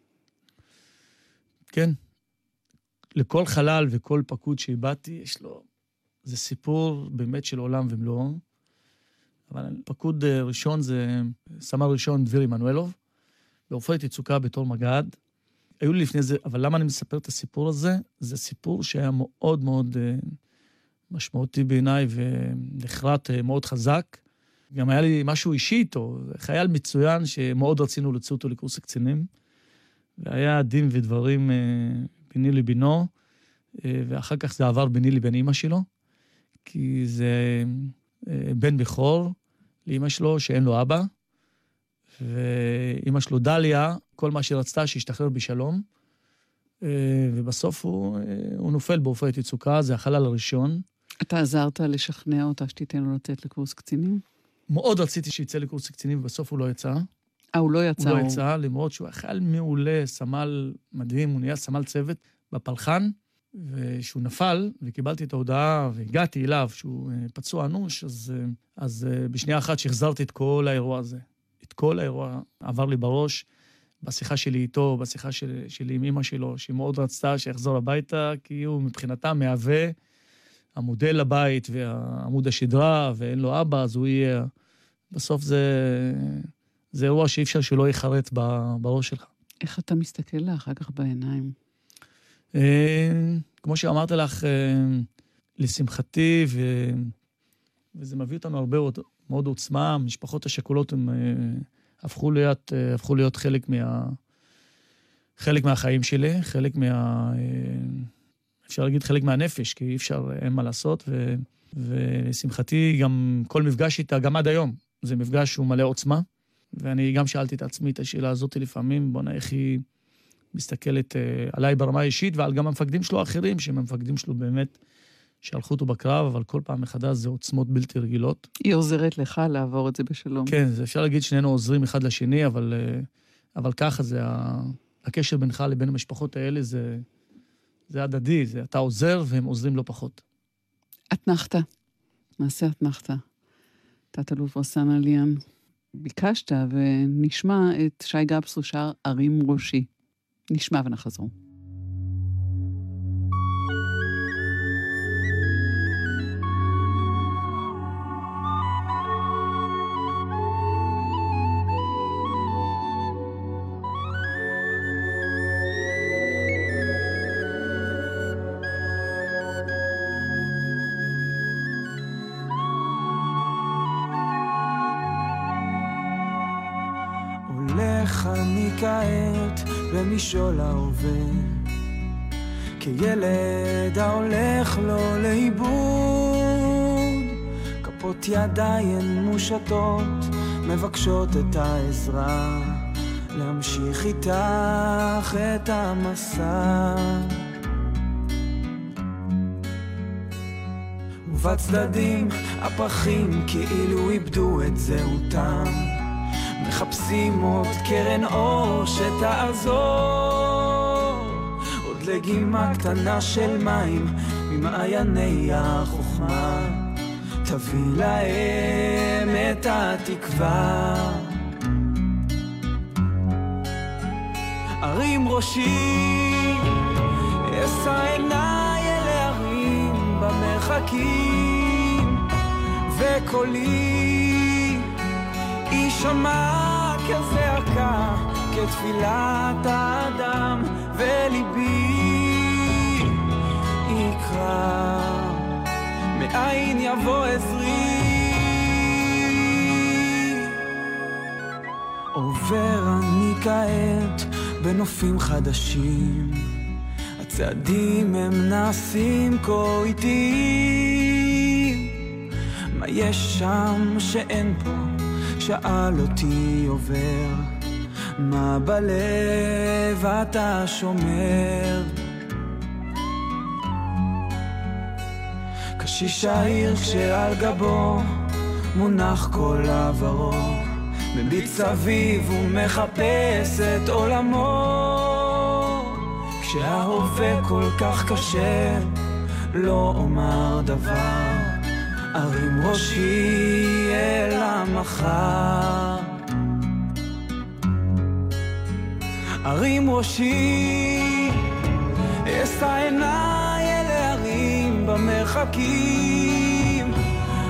כן. לכל חלל וכל פקוד שאיבדתי, יש לו... זה סיפור באמת של עולם ומלואו. אבל פקוד ראשון זה סמל ראשון דביר עמנואלוב, בעופרת יצוקה בתור מג"ד. היו לי לפני זה, אבל למה אני מספר את הסיפור הזה? זה סיפור שהיה מאוד מאוד... משמעותי בעיניי ונחרט מאוד חזק. גם היה לי משהו אישי איתו, חייל מצוין שמאוד רצינו להוציא אותו לקורס הקצינים, והיה דין ודברים ביני לבינו, ואחר כך זה עבר ביני לבין אמא שלו, כי זה בן בכור לאמא שלו שאין לו אבא, ואמא שלו דליה, כל מה שרצתה שישתחרר בשלום, ובסוף הוא, הוא נופל בעופרת יצוקה, זה החלל הראשון. אתה עזרת לשכנע אותה שתיתן לו לצאת לקורס קצינים? מאוד רציתי שיצא לקורס קצינים, ובסוף הוא לא יצא. אה, הוא לא יצא. הוא לא יצא, למרות שהוא חייל מעולה, סמל מדהים, הוא נהיה סמל צוות בפלחן, ושהוא נפל, וקיבלתי את ההודעה, והגעתי אליו, שהוא פצוע אנוש, אז, אז בשנייה אחת שחזרתי את כל האירוע הזה. את כל האירוע עבר לי בראש, בשיחה שלי איתו, בשיחה של, שלי עם אמא שלו, שהיא מאוד רצתה שיחזור הביתה, כי הוא מבחינתה מהווה המודל לבית, והעמוד השדרה, ואין לו אבא, אז הוא יהיה... בסוף זה, זה אירוע שאי אפשר שלא יחרט בראש שלך. איך אתה מסתכל לה אחר כך בעיניים? כמו שאמרת לך, לשמחתי, ו... וזה מביא אותנו הרבה מאוד עוצמה, המשפחות השכולות הם הפכו להיות, הפכו להיות חלק מה... חלק מהחיים שלי, חלק מה... אפשר להגיד חלק מהנפש, כי אי אפשר, אין מה לעשות, ו... ולשמחתי גם כל מפגש איתה, גם עד היום, זה מפגש שהוא מלא עוצמה, ואני גם שאלתי את עצמי את השאלה הזאת לפעמים, בוא נראה איך היא מסתכלת עליי ברמה האישית, ועל גם המפקדים שלו האחרים, שהם המפקדים שלו באמת, שהלכו אותו בקרב, אבל כל פעם מחדש זה עוצמות בלתי רגילות. היא עוזרת לך לעבור את זה בשלום. כן, זה אפשר להגיד שנינו עוזרים אחד לשני, אבל, אבל ככה זה, הקשר בינך לבין המשפחות האלה, זה, זה הדדי, זה אתה עוזר והם עוזרים לא פחות. אתנחתה, נעשה אתנחתה. תת-אלוף רסאן עליאן, ביקשת ונשמע את שי גבסו שר ערים ראשי. נשמע ונחזור. אני כעת במשול ההווה, כילד ההולך לו לאיבוד, כפות ידיים מושטות מבקשות את העזרה, להמשיך איתך את המסע. ובצדדים הפרחים כאילו איבדו את זהותם, מחפשים עוד קרן אור שתעזור, עוד לגימה קטנה של מים ממעייני החוכמה, תביא להם את התקווה. ערים ראשי, אשא עיניי אל הערים במרחקים, וקולי יישמע כזעקה, כתפילת האדם, וליבי יקרא, מאין יבוא עזרי. עובר אני כעת בנופים חדשים, הצעדים הם נעשים כה איטיים, מה יש שם שאין פה? שאל אותי עובר, מה בלב אתה שומר? קשיש העיר כשעל גבו מונח כל עברו, מביט סביב ומחפש את עולמו, כשההווה כל כך קשה לא אומר דבר, ערים ראשי אל המחר. ערים ראשי, אשא עיניי אל הערים במרחקים,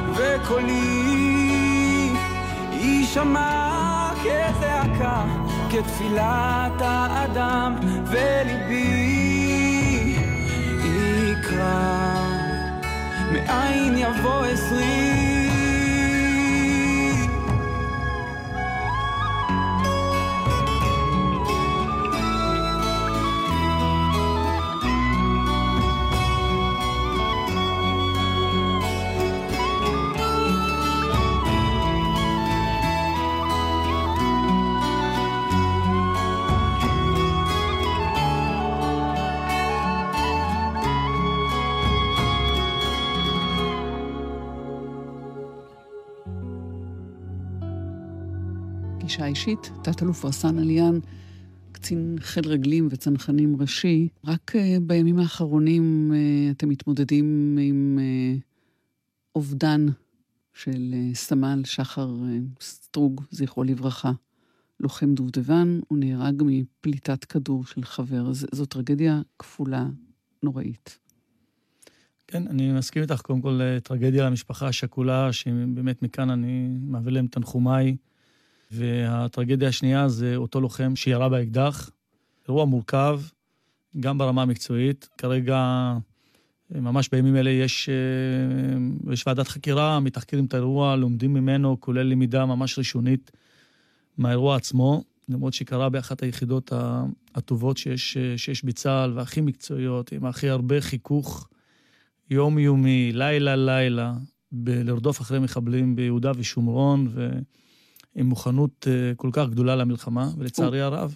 וקולי יישמע כזעקה, כתפילת האדם, וליבי יקרא, מאין יבוא עזרי. פגישה אישית, תת-אלוף רס"ן עליאן, קצין חיל רגלים וצנחנים ראשי. רק בימים האחרונים אתם מתמודדים עם אובדן של סמל שחר סטרוג, זכרו לברכה. לוחם דובדבן, הוא נהרג מפליטת כדור של חבר. זו טרגדיה כפולה נוראית. כן, אני מסכים איתך, קודם כל, טרגדיה למשפחה השכולה, שבאמת מכאן אני מעביר להם תנחומיי, והטרגדיה השנייה זה אותו לוחם שירה באקדח. אירוע מורכב, גם ברמה המקצועית. כרגע, ממש בימים אלה, יש, יש ועדת חקירה, מתחקרים את האירוע, לומדים ממנו, כולל למידה ממש ראשונית מהאירוע עצמו, למרות שקרה באחת היחידות הטובות שיש, שיש בצה"ל, והכי מקצועיות, עם הכי הרבה חיכוך, יום-יומי, לילה-לילה, לרדוף אחרי מחבלים ביהודה ושומרון, ועם מוכנות כל כך גדולה למלחמה, ולצערי הרב,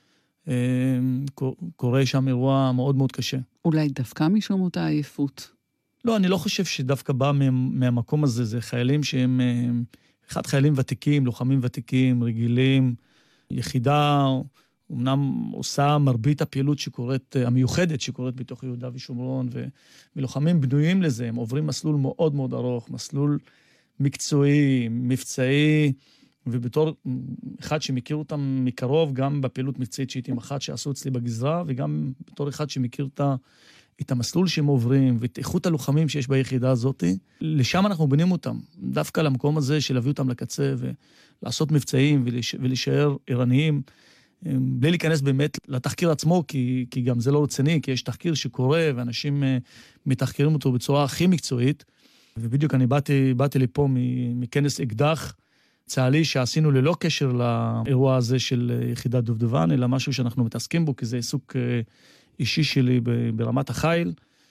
קורה שם אירוע מאוד מאוד קשה. אולי דווקא משום אותה עייפות? לא, אני לא חושב שדווקא בא מהמקום הזה, זה חיילים שהם, אחד חיילים ותיקים, לוחמים ותיקים, רגילים, יחידה, אמנם עושה מרבית הפעילות שקורית, המיוחדת שקורית בתוך יהודה ושומרון, ולוחמים בנויים לזה, הם עוברים מסלול מאוד מאוד ארוך, מסלול מקצועי, מבצעי, ובתור אחד שמכיר אותם מקרוב, גם בפעילות מבצעית שהייתי עם אחת שעשו אצלי בגזרה, וגם בתור אחד שמכיר את, את המסלול שהם עוברים, ואת איכות הלוחמים שיש ביחידה הזאת, לשם אנחנו בונים אותם, דווקא למקום הזה של להביא אותם לקצה, ולעשות מבצעים ולהישאר ערניים, בלי להיכנס באמת לתחקיר עצמו, כי, כי גם זה לא רציני, כי יש תחקיר שקורה, ואנשים מתחקרים אותו בצורה הכי מקצועית, ובדיוק אני באתי, באתי לפה מכנס אקדח צה"לי שעשינו ללא קשר לאירוע הזה של יחידת דובדבן, אלא משהו שאנחנו מתעסקים בו, כי זה עיסוק אישי שלי ברמת החיל,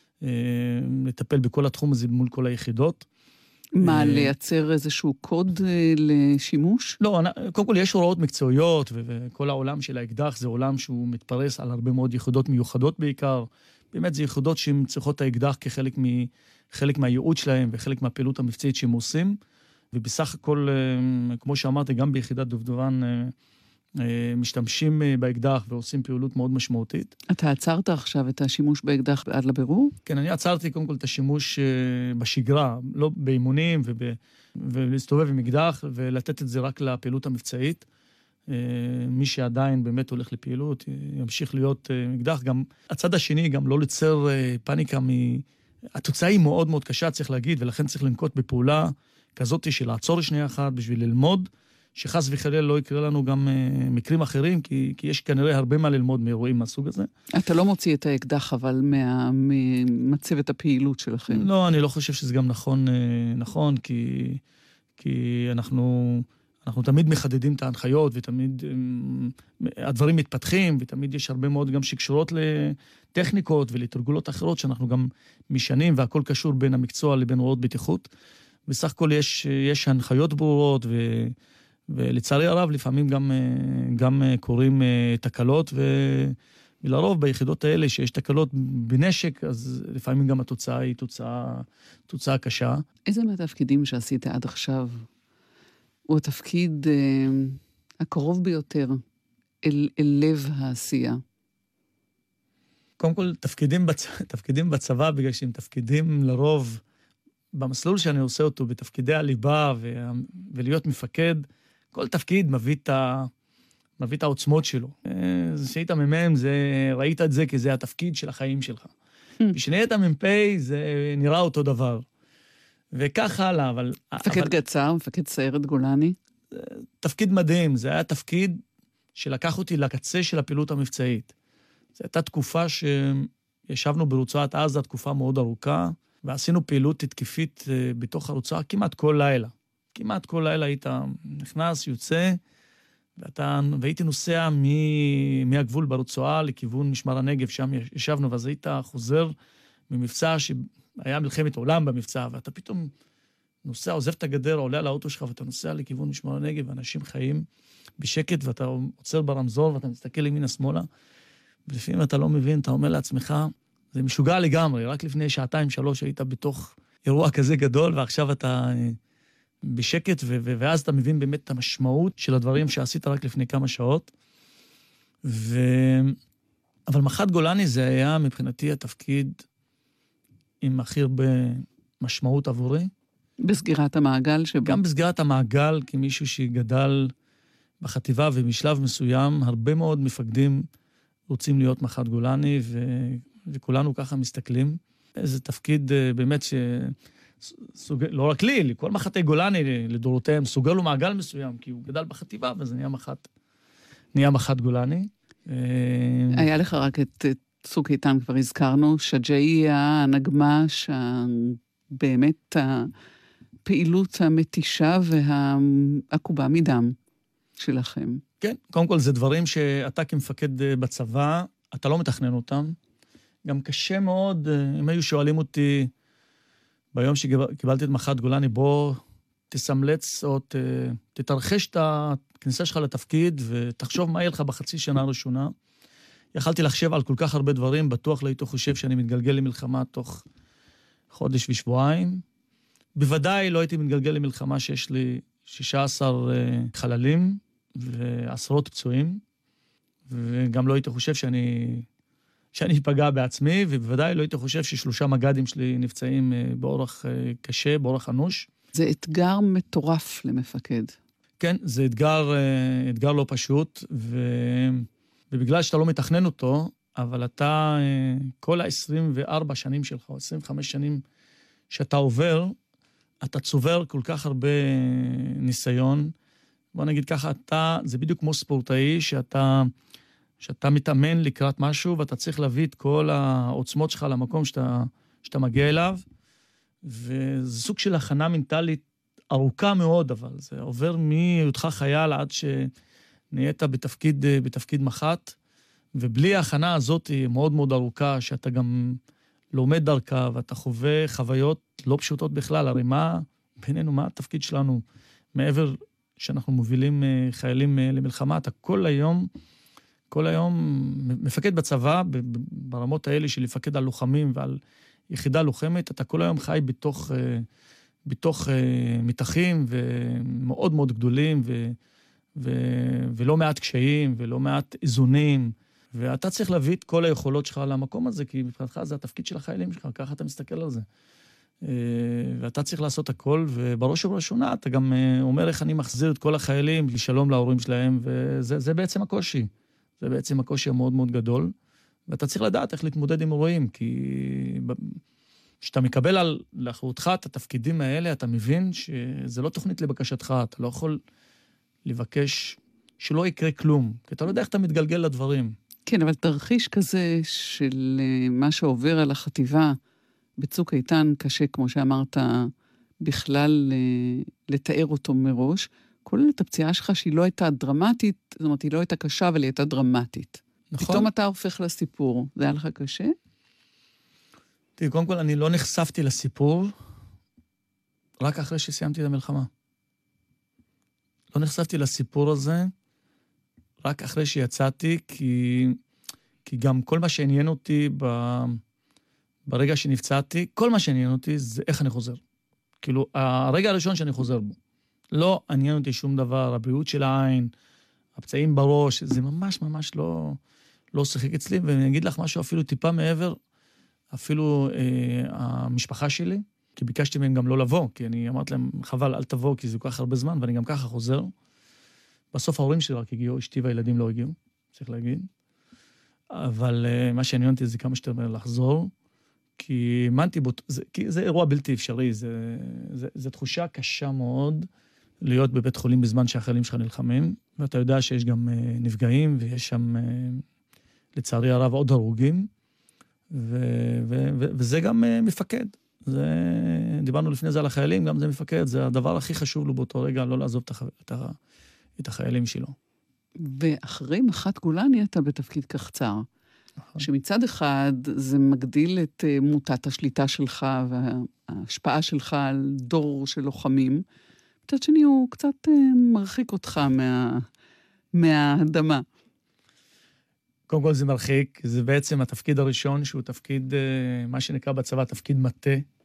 לטפל בכל התחום הזה מול כל היחידות. מה, לייצר איזשהו קוד לשימוש? לא, קודם כל יש הוראות מקצועיות, וכל העולם של האקדח זה עולם שהוא מתפרס על הרבה מאוד יחידות מיוחדות בעיקר. באמת זה יחידות שהן צריכות את האקדח כחלק מ, חלק מהייעוד שלהם, וחלק מהפעילות המבצעית שהם עושים. ובסך הכל, כמו שאמרתי, גם ביחידת דובדבן משתמשים באקדח ועושים פעילות מאוד משמעותית. אתה עצרת עכשיו את השימוש באקדח עד לבירור? כן, אני עצרתי קודם כל את השימוש בשגרה, לא באימונים ולהסתובב עם אקדח ולתת את זה רק לפעילות המבצעית. מי שעדיין באמת הולך לפעילות ימשיך להיות אקדח. גם הצד השני, גם לא ליצר פאניקה. התוצאה היא מאוד מאוד קשה, צריך להגיד, ולכן צריך לנקוט בפעולה כזאת של לעצור שנייה אחת בשביל ללמוד, שחס וחלילה לא יקרה לנו גם uh, מקרים אחרים, כי, כי יש כנראה הרבה מה ללמוד מאירועים מהסוג הזה. אתה לא מוציא את האקדח, אבל מה, ממצבת הפעילות שלכם. לא, אני לא חושב שזה גם נכון, uh, נכון, כי, כי אנחנו, אנחנו תמיד מחדדים את ההנחיות, ותמיד um, הדברים מתפתחים, ותמיד יש הרבה מאוד גם שקשורות לטכניקות ולתרגולות אחרות, שאנחנו גם משנים, והכל קשור בין המקצוע לבין הוראות בטיחות. בסך הכל יש, יש הנחיות ברורות, ו, ולצערי הרב לפעמים גם, גם קוראים תקלות, ו, ולרוב ביחידות האלה שיש תקלות בנשק, אז לפעמים גם התוצאה היא תוצאה, תוצאה קשה. איזה מהתפקידים שעשית עד עכשיו הוא התפקיד אה, הקרוב ביותר אל, אל לב העשייה? קודם כל, תפקידים, בצ... תפקידים בצבא, בגלל שהם תפקידים לרוב, במסלול שאני עושה אותו, בתפקידי הליבה ו... ולהיות מפקד, כל תפקיד מביא את, ה... מביא את העוצמות שלו. זה שהיית ממם, זה... ראית את זה כי זה התפקיד של החיים שלך. כשנהיית מ"פ, זה נראה אותו דבר. וכך הלאה, אבל... מפקד אבל... גצר, מפקד סיירת גולני. תפקיד מדהים, זה היה תפקיד שלקח אותי לקצה של הפעילות המבצעית. זו הייתה תקופה שישבנו ברצועת עזה, תקופה מאוד ארוכה, ועשינו פעילות התקפית בתוך הרצועה כמעט כל לילה. כמעט כל לילה היית נכנס, יוצא, ואתה, והייתי נוסע מ, מהגבול ברצועה לכיוון משמר הנגב, שם ישבנו, ואז היית חוזר ממבצע שהיה מלחמת עולם במבצע, ואתה פתאום נוסע, עוזב את הגדר, עולה על האוטו שלך, ואתה נוסע לכיוון משמר הנגב, ואנשים חיים בשקט, ואתה עוצר ברמזור, ואתה מסתכל ימינה שמאלה, ולפעמים אתה לא מבין, אתה אומר לעצמך, זה משוגע לגמרי, רק לפני שעתיים, שלוש, היית בתוך אירוע כזה גדול, ועכשיו אתה בשקט, ו- ו- ואז אתה מבין באמת את המשמעות של הדברים שעשית רק לפני כמה שעות. ו... אבל מח"ט גולני זה היה מבחינתי התפקיד עם הכי הרבה משמעות עבורי. בסגירת המעגל שבו... גם בסגירת המעגל, כמישהו שגדל בחטיבה, ובשלב מסוים, הרבה מאוד מפקדים רוצים להיות מח"ט גולני, ו... וכולנו ככה מסתכלים. זה תפקיד באמת ש... סוג... לא רק לי, לכל מח"טי גולני לדורותיהם, סוגר לו מעגל מסוים, כי הוא גדל בחטיבה, וזה נהיה מח"ט, נהיה מח"ט גולני. היה לך רק את צוק איתן, כבר הזכרנו, שג'אי הנגמש, באמת הפעילות המתישה והעקובה מדם שלכם. כן, קודם כל זה דברים שאתה כמפקד בצבא, אתה לא מתכנן אותם. גם קשה מאוד, אם היו שואלים אותי, ביום שקיבלתי את מח"ט גולני, בוא תסמלץ או ת, תתרחש את הכניסה שלך לתפקיד ותחשוב מה יהיה לך בחצי שנה הראשונה. יכלתי לחשב על כל כך הרבה דברים, בטוח לא הייתי חושב שאני מתגלגל למלחמה תוך חודש ושבועיים. בוודאי לא הייתי מתגלגל למלחמה שיש לי שישה עשר חללים ועשרות פצועים, וגם לא הייתי חושב שאני... שאני אפגע בעצמי, ובוודאי לא הייתי חושב ששלושה מג"דים שלי נפצעים באורח קשה, באורח אנוש. זה אתגר מטורף למפקד. כן, זה אתגר, אתגר לא פשוט, ו... ובגלל שאתה לא מתכנן אותו, אבל אתה, כל ה-עשרים וארבע שנים שלך, או עשרים וחמש שנים שאתה עובר, אתה צובר כל כך הרבה ניסיון. בוא נגיד ככה, אתה, זה בדיוק כמו ספורטאי, שאתה... שאתה מתאמן לקראת משהו, ואתה צריך להביא את כל העוצמות שלך למקום שאתה, שאתה מגיע אליו, וזה סוג של הכנה מנטלית ארוכה מאוד, אבל זה עובר מהיותך חייל עד שנהיית בתפקיד, בתפקיד מח"ט, ובלי ההכנה הזאת היא מאוד מאוד ארוכה, שאתה גם לומד דרכה, ואתה חווה חוויות לא פשוטות בכלל. הרי מה, בינינו, מה התפקיד שלנו? מעבר שאנחנו מובילים חיילים למלחמה, אתה כל היום... כל היום מפקד בצבא, ברמות האלה של לפקד על לוחמים ועל יחידה לוחמת, אתה כל היום חי בתוך, בתוך מתחים ומאוד מאוד גדולים, ו, ו, ולא מעט קשיים ולא מעט איזונים, ואתה צריך להביא את כל היכולות שלך למקום הזה, כי מבחינתך זה התפקיד של החיילים שלך, ככה אתה מסתכל על זה. ואתה צריך לעשות הכל, ובראש ובראשונה אתה גם אומר איך אני מחזיר את כל החיילים לשלום להורים שלהם, וזה זה בעצם הקושי. זה בעצם הקושי המאוד מאוד גדול, ואתה צריך לדעת איך להתמודד עם אירועים, כי כשאתה מקבל על לאחרותך את התפקידים האלה, אתה מבין שזה לא תוכנית לבקשתך, אתה לא יכול לבקש שלא יקרה כלום, כי אתה לא יודע איך אתה מתגלגל לדברים. כן, אבל תרחיש כזה של מה שעובר על החטיבה בצוק איתן, קשה, כמו שאמרת, בכלל לתאר אותו מראש, כולל את הפציעה שלך שהיא לא הייתה דרמטית, זאת אומרת, היא לא הייתה קשה, אבל היא הייתה דרמטית. נכון. פתאום אתה הופך לסיפור. זה היה לך קשה? תראי, קודם כל, אני לא נחשפתי לסיפור, רק אחרי שסיימתי את המלחמה. לא נחשפתי לסיפור הזה, רק אחרי שיצאתי, כי, כי גם כל מה שעניין אותי ב, ברגע שנפצעתי, כל מה שעניין אותי זה איך אני חוזר. כאילו, הרגע הראשון שאני חוזר בו. לא עניין אותי שום דבר, הבריאות של העין, הפצעים בראש, זה ממש ממש לא, לא שחק אצלי, ואני אגיד לך משהו אפילו טיפה מעבר, אפילו אה, המשפחה שלי, כי ביקשתי מהם גם לא לבוא, כי אני אמרתי להם, חבל, אל תבוא, כי זה כל כך הרבה זמן, ואני גם ככה חוזר. בסוף ההורים שלי רק הגיעו, אשתי והילדים לא הגיעו, צריך להגיד. אבל אה, מה שעניין אותי זה כמה שאתה אומר לחזור, כי האמנתי בו, זה, כי זה אירוע בלתי אפשרי, זה, זה, זה תחושה קשה מאוד, להיות בבית חולים בזמן שהחיילים שלך נלחמים, ואתה יודע שיש גם נפגעים, ויש שם, לצערי הרב, עוד הרוגים, ו- ו- ו- וזה גם מפקד. זה, דיברנו לפני זה על החיילים, גם זה מפקד, זה הדבר הכי חשוב לו באותו רגע, לא לעזוב את, הח- את, ה- את החיילים שלו. ואחרי מח"ט גולני אתה בתפקיד קחצר, נכון. שמצד אחד זה מגדיל את מוטת השליטה שלך, וההשפעה שלך על דור של לוחמים, מצד שני, הוא קצת מרחיק אותך מה... מהאדמה. קודם כל זה מרחיק, זה בעצם התפקיד הראשון, שהוא תפקיד, מה שנקרא בצבא, תפקיד מטה,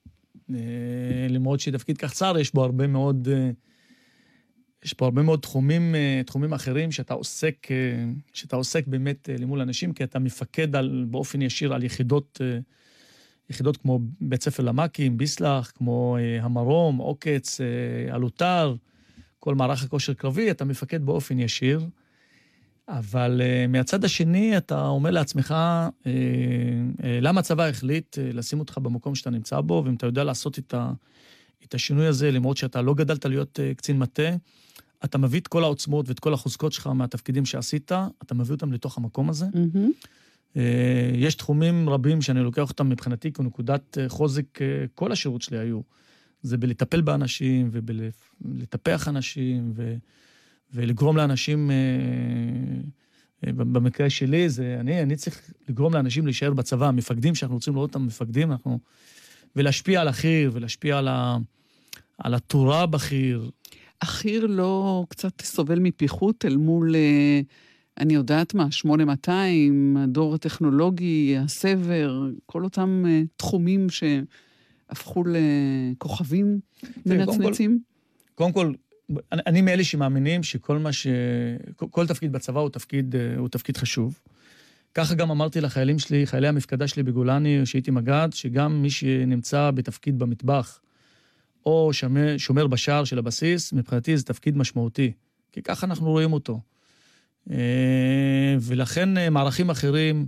למרות שתפקיד קצר, יש בו הרבה מאוד, יש פה הרבה מאוד תחומים, תחומים אחרים שאתה עוסק, שאתה עוסק באמת למול אנשים, כי אתה מפקד על, באופן ישיר על יחידות, יחידות כמו בית ספר למקים, ביסלח, כמו המרום, עוקץ, אלוטר, כל מערך הכושר קרבי, אתה מפקד באופן ישיר, אבל uh, מהצד השני אתה אומר לעצמך, uh, uh, למה הצבא החליט uh, לשים אותך במקום שאתה נמצא בו, ואם אתה יודע לעשות את, ה, את השינוי הזה, למרות שאתה לא גדלת להיות uh, קצין מטה, אתה מביא את כל העוצמות ואת כל החוזקות שלך מהתפקידים שעשית, אתה מביא אותם לתוך המקום הזה. Mm-hmm. Uh, יש תחומים רבים שאני לוקח אותם מבחינתי כנקודת uh, חוזק, uh, כל השירות שלי היו. זה בלטפל באנשים ובלטפח אנשים ו... ולגרום לאנשים, במקרה שלי, זה, אני, אני צריך לגרום לאנשים להישאר בצבא, המפקדים שאנחנו רוצים לראות אותם מפקדים, אנחנו, ולהשפיע על אחיר, ולהשפיע על, ה, על התורה בחיר. אחיר לא קצת סובל מפיחות אל מול, אני יודעת מה, שמונה מאתיים, הדור הטכנולוגי, הסבר, כל אותם תחומים שהפכו לכוכבים מנצנצים? קודם כל, אני, אני מאלה שמאמינים שכל מה ש... כל, כל תפקיד בצבא הוא תפקיד, הוא תפקיד חשוב. ככה גם אמרתי לחיילים שלי, חיילי המפקדה שלי בגולני, שהייתי מג"ד, שגם מי שנמצא בתפקיד במטבח, או שומר, שומר בשער של הבסיס, מבחינתי זה תפקיד משמעותי. כי ככה אנחנו רואים אותו. ולכן מערכים אחרים,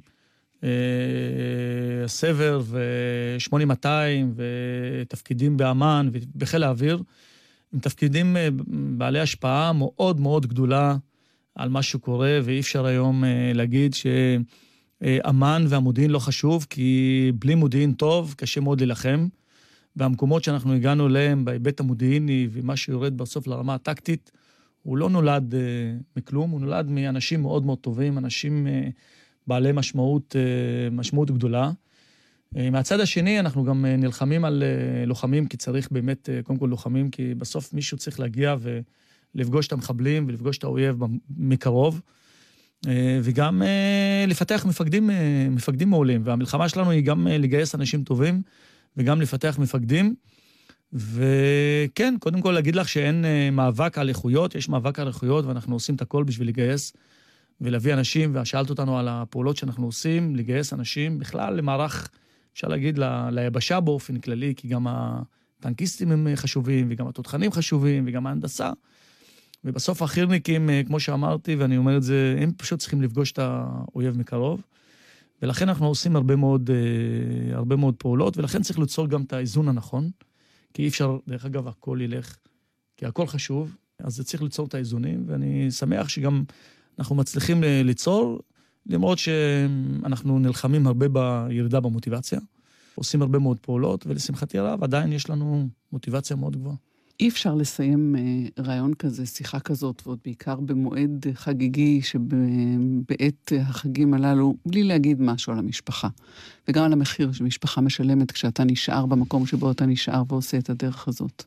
הסבר ו-שמונה מאתיים, ותפקידים באמן ובחיל האוויר, הם תפקידים בעלי השפעה מאוד מאוד גדולה על מה שקורה, ואי אפשר היום להגיד שאמן והמודיעין לא חשוב, כי בלי מודיעין טוב קשה מאוד להילחם, והמקומות שאנחנו הגענו אליהם בהיבט המודיעיני, ומה שיורד בסוף לרמה הטקטית, הוא לא נולד מכלום, הוא נולד מאנשים מאוד מאוד טובים, אנשים בעלי משמעות, משמעות גדולה. מהצד השני, אנחנו גם נלחמים על לוחמים, כי צריך באמת, קודם כל לוחמים, כי בסוף מישהו צריך להגיע ולפגוש את המחבלים, ולפגוש את האויב מקרוב, וגם לפתח מפקדים, מפקדים מעולים. והמלחמה שלנו היא גם לגייס אנשים טובים, וגם לפתח מפקדים. וכן, קודם כל להגיד לך שאין מאבק על איכויות, יש מאבק על איכויות, ואנחנו עושים את הכל בשביל לגייס ולהביא אנשים, ושאלת אותנו על הפעולות שאנחנו עושים, לגייס אנשים בכלל למערך, אפשר להגיד, ל, ליבשה באופן כללי, כי גם הטנקיסטים הם חשובים, וגם התותחנים חשובים, וגם ההנדסה. ובסוף החירניקים, כמו שאמרתי, ואני אומר את זה, הם פשוט צריכים לפגוש את האויב מקרוב, ולכן אנחנו עושים הרבה מאוד, הרבה מאוד פעולות, ולכן צריך ליצור גם את האיזון הנכון, כי אי אפשר, דרך אגב, הכל ילך, כי הכל חשוב, אז זה צריך ליצור את האיזונים, ואני שמח שגם אנחנו מצליחים ליצור, למרות שאנחנו נלחמים הרבה בירידה במוטיבציה, עושים הרבה מאוד פעולות, ולשמחתי הרב, עדיין יש לנו מוטיבציה מאוד גבוהה. אי אפשר לסיים רעיון כזה, שיחה כזאת, ועוד בעיקר במועד חגיגי, שבעת החגים הללו, בלי להגיד משהו על המשפחה, וגם על המחיר שמשפחה משלמת, כשאתה נשאר במקום שבו אתה נשאר ועושה את הדרך הזאת.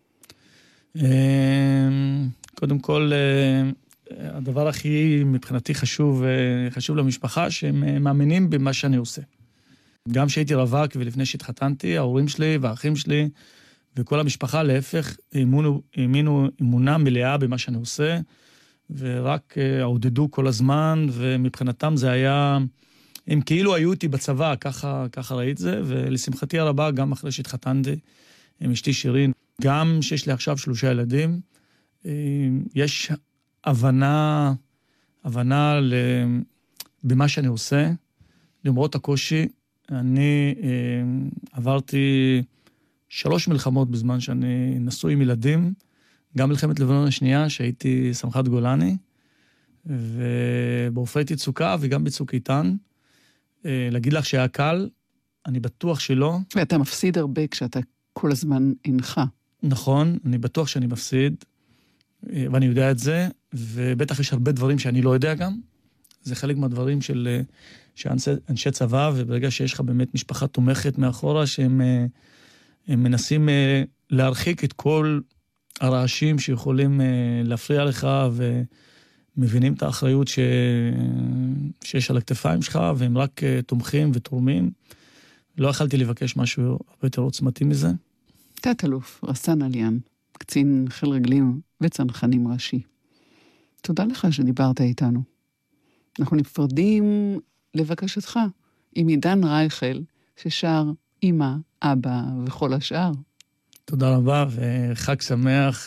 קודם כל, הדבר הכי מבחינתי חשוב, חשוב למשפחה, שהם מאמינים במה שאני עושה. גם שהייתי רווק ולפני שהתחתנתי, ההורים שלי והאחים שלי, וכל המשפחה להפך, האמינו, האמינו אמונה מלאה במה שאני עושה, ורק עודדו כל הזמן, ומבחינתם זה היה, הם כאילו היו איתי בצבא, ככה, ככה ראית זה, ולשמחתי הרבה, גם אחרי שהתחתנתי, עם אשתי שירין, גם שיש לי עכשיו שלושה ילדים, יש הבנה, הבנה במה שאני עושה, למרות הקושי. אני עברתי שלוש מלחמות בזמן שאני נשוי עם ילדים, גם מלחמת לבנון השנייה, שהייתי סמח"ט גולני, ובעופרת יצוקה וגם בצוק איתן. להגיד לך שהיה קל, אני בטוח שלא. ואתה מפסיד הרבה כשאתה כל הזמן אינך. נכון, אני בטוח שאני מפסיד, ואני יודע את זה, ובטח יש הרבה דברים שאני לא יודע גם. זה חלק מהדברים של אנשי צבא, וברגע שיש לך באמת משפחה תומכת מאחורה, שהם הם מנסים להרחיק את כל הרעשים שיכולים להפריע לך, ומבינים את האחריות ש... שיש על הכתפיים שלך, והם רק תומכים ותורמים. לא יכלתי לבקש משהו הרבה יותר עוצמתי מזה. תת-אלוף רסאן עליאן, קצין חיל רגלים וצנחנים ראשי. תודה לך שדיברת איתנו. אנחנו נפרדים לבקשתך עם עידן רייכל, ששר אמא, אבא וכל השאר. תודה רבה, וחג שמח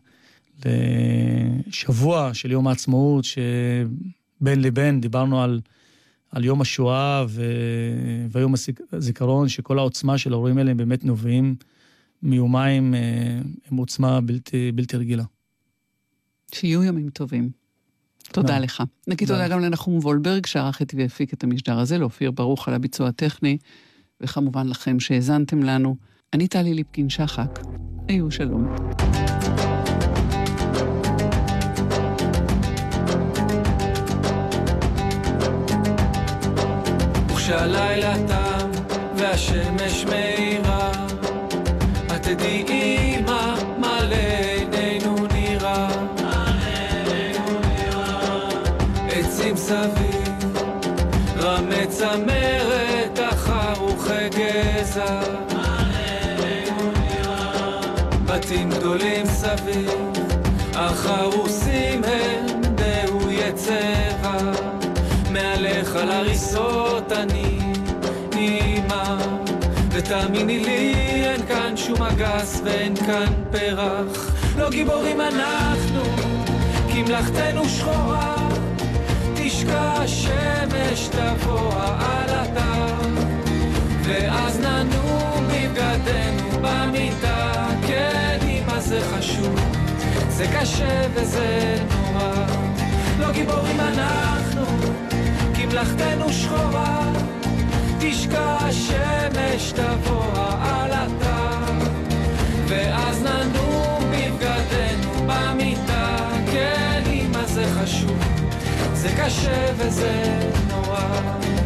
לשבוע של יום העצמאות, שבין לבין דיברנו על, על יום השואה ו... ויום הזיכרון, שכל העוצמה של ההורים האלה באמת נובעים מיומיים עם עוצמה בלתי, בלתי רגילה. שיהיו ימים טובים. תודה לך. נגיד תודה גם לנחום וולברג, שערך איתי והפיק את המשדר הזה, לאופיר ברוך על הביצוע הטכני, וכמובן לכם שהזנתם לנו. אני טלי ליפקין שחק. היו שלום. וכשהלילה תם והשמש מאירה, את תדעי אמא מה לעינינו נראה. עצים סביב, רמי צמרת, החרוכי גזע, בתים גדולים סביב, החרוסים הם דהוי צבע, מעליך על הריסות אני אמא, ותאמיני לי אין כאן שום אגס ואין כאן פרח, לא גיבורים אנחנו כי מלאכתנו שחורה, תשקע השמש תבוא העלתה, ואז ננום בבגדנו במיטה. כן אמא זה חשוב, זה קשה וזה נורא, לא גיבורים אנחנו כי מלאכתנו שחורה, תשקע השמש תבוא העלתה, ואז ננום בבגדנו במיטה. כן אמא זה חשוב, זה קשה וזה נורא.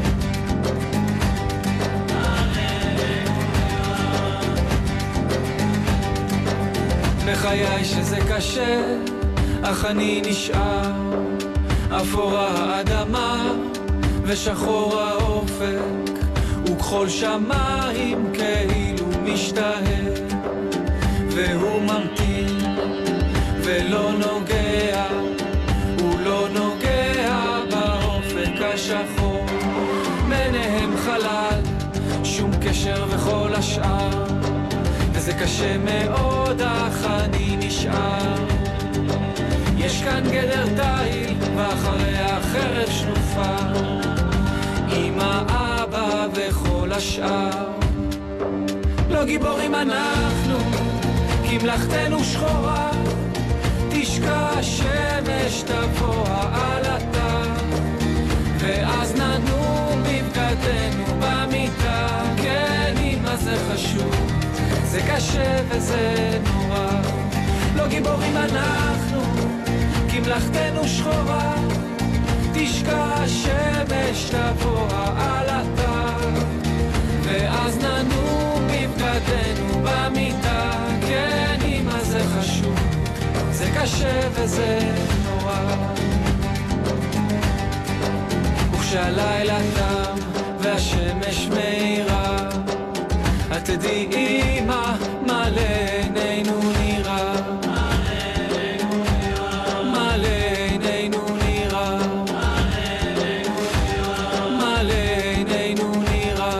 בחיי שזה קשה, אך אני נשאר, אפורה האדמה ושחור האופק, וכחול שמיים כאילו משתהה, והוא ממתין ולא נוגע, הוא לא נוגע באופק השחור, ביניהם חלל, שום קשר וכל השאר, וזה קשה מאוד אך אני נשאר. יש כאן גדר תיל ואחריה חרב שנופה, אמא, אבא וכל השאר, לא גיבורים אנחנו כי מלאכתנו שחורה, תשקע השמש תבוא העלתה, ואז ננום בבגדנו במיטה. כן אמא זה חשוב, זה קשה וזה נורא, לא גיבורים אנחנו כי מלאכתנו שחורה, תשקע השמש תבוא העלתה, ואז ננום בבגדנו במיטה. כן אמא זה חשוב, זה קשה וזה נורא. וכשהלילה תם והשמש מאירה, את תדעי אמא מה לעינינו נראה, מה לעינינו נראה, מה לעינינו נראה,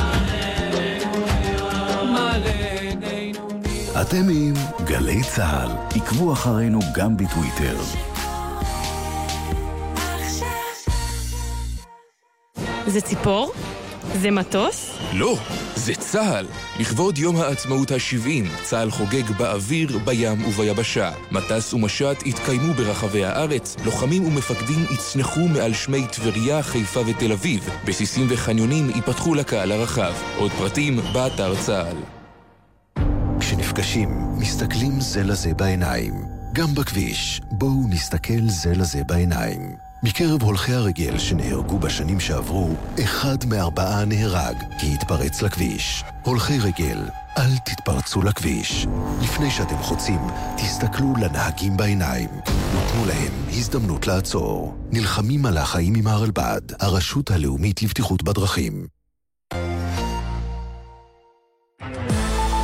מה לעינינו נראה. אתם עם גלי צהל, עקבו אחרינו גם בטוויטר. זה ציפור? זה מטוס? לא, זה צהל. לכבוד יום העצמאות ה-שבעים, צהל חוגג באוויר, בים וביבשה. מטס ומשט התקיימו ברחבי הארץ, לוחמים ומפקדים יצנחו מעל שמי טבריה, חיפה ותל אביב. בסיסים וחניונים ייפתחו לקהל הרחב. עוד פרטים באתר צהל. כשנפגשים, מסתכלים זה לזה בעיניים. גם בכביש, בואו נסתכל זה לזה בעיניים. מקרב הולכי הרגל שנהרגו בשנים שעברו, אחד מארבעה נהרג כי התפרץ לכביש. הולכי רגל, אל תתפרצו לכביש. לפני שאתם חוצים, תסתכלו לנהגים בעיניים. נתנו להם הזדמנות לעצור. נלחמים על החיים עם הרלב"ד, הרשות הלאומית לבטיחות בדרכים.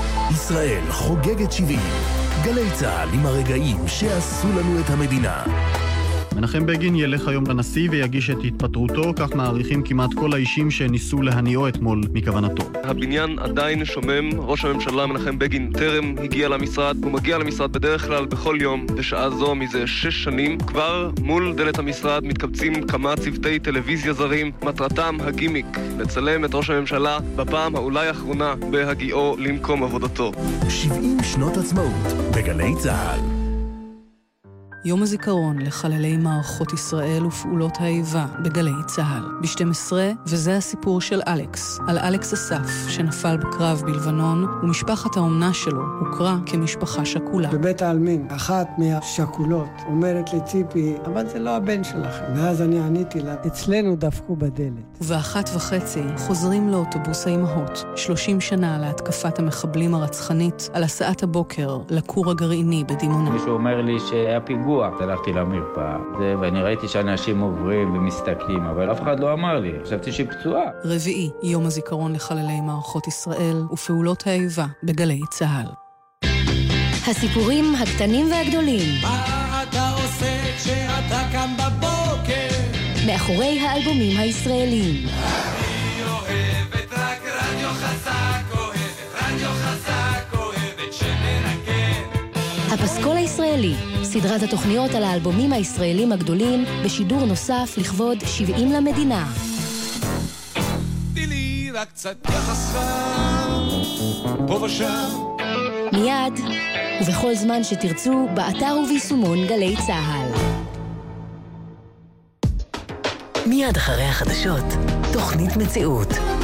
ישראל חוגגת שבעים. גלי צהל עם הרגעים שעשו לנו את המדינה. מנחם בגין ילך היום לנשיא ויגיש את התפטרותו, כך מעריכים כמעט כל האישים שניסו להניעו אתמול מכוונתו. הבניין עדיין שומם, ראש הממשלה מנחם בגין טרם הגיע למשרד, הוא מגיע למשרד בדרך כלל בכל יום, בשעה זו מזה שש שנים. כבר מול דלת המשרד מתקבצים כמה צוותי טלוויזיה זרים, מטרתם הגימיק, לצלם את ראש הממשלה בפעם האולי האחרונה בהגיעו למקום עבודתו. שבעים שנות עצמאות בגלי צהל. יום הזיכרון לחללי מערכות ישראל ופעולות האיבה בגלי צהל. ב-שתים עשרה, וזה הסיפור של אלכס, על אלכס אסף, שנפל בקרב בלבנון, ומשפחת האומנה שלו הוכרה כמשפחה שכולה. בבית העלמין, אחת מהשכולות אומרת לציפי, אבל זה לא הבן שלכם. ואז אני עניתי לה, אצלנו דפקו בדלת. ובאחת וחצי חוזרים לאוטובוס האימהות, שלושים שנה להתקפת המחבלים הרצחנית, על הסעת הבוקר לכור הגרעיני בדימונה. מישהו אומר לי שהיה פיגוע. הלכתי למרפאה, ואני ראיתי שאנשים עוברים ומסתכלים, אבל אף אחד לא אמר לי, חשבתי שהיא פצועה. רביעי, יום הזיכרון לחללי מערכות ישראל ופעולות האיבה בגלי צהל. הסיפורים הקטנים והגדולים. מה אתה עושה כשאתה קם בבוקר? מאחורי האלבומים הישראלים. אני אוהבת רק רדיו חזק, אוהבת רדיו חזק, אוהבת שמנגן. הפסקול הישראלי, סדרת התוכניות על האלבומים הישראלים הגדולים, בשידור נוסף לכבוד שבעים למדינה. תני רק קצת יחס חם, פה ושם. מיד, ובכל זמן שתרצו, באתר וביישומון גלי צהל. מיד אחרי החדשות, תוכנית מציאות.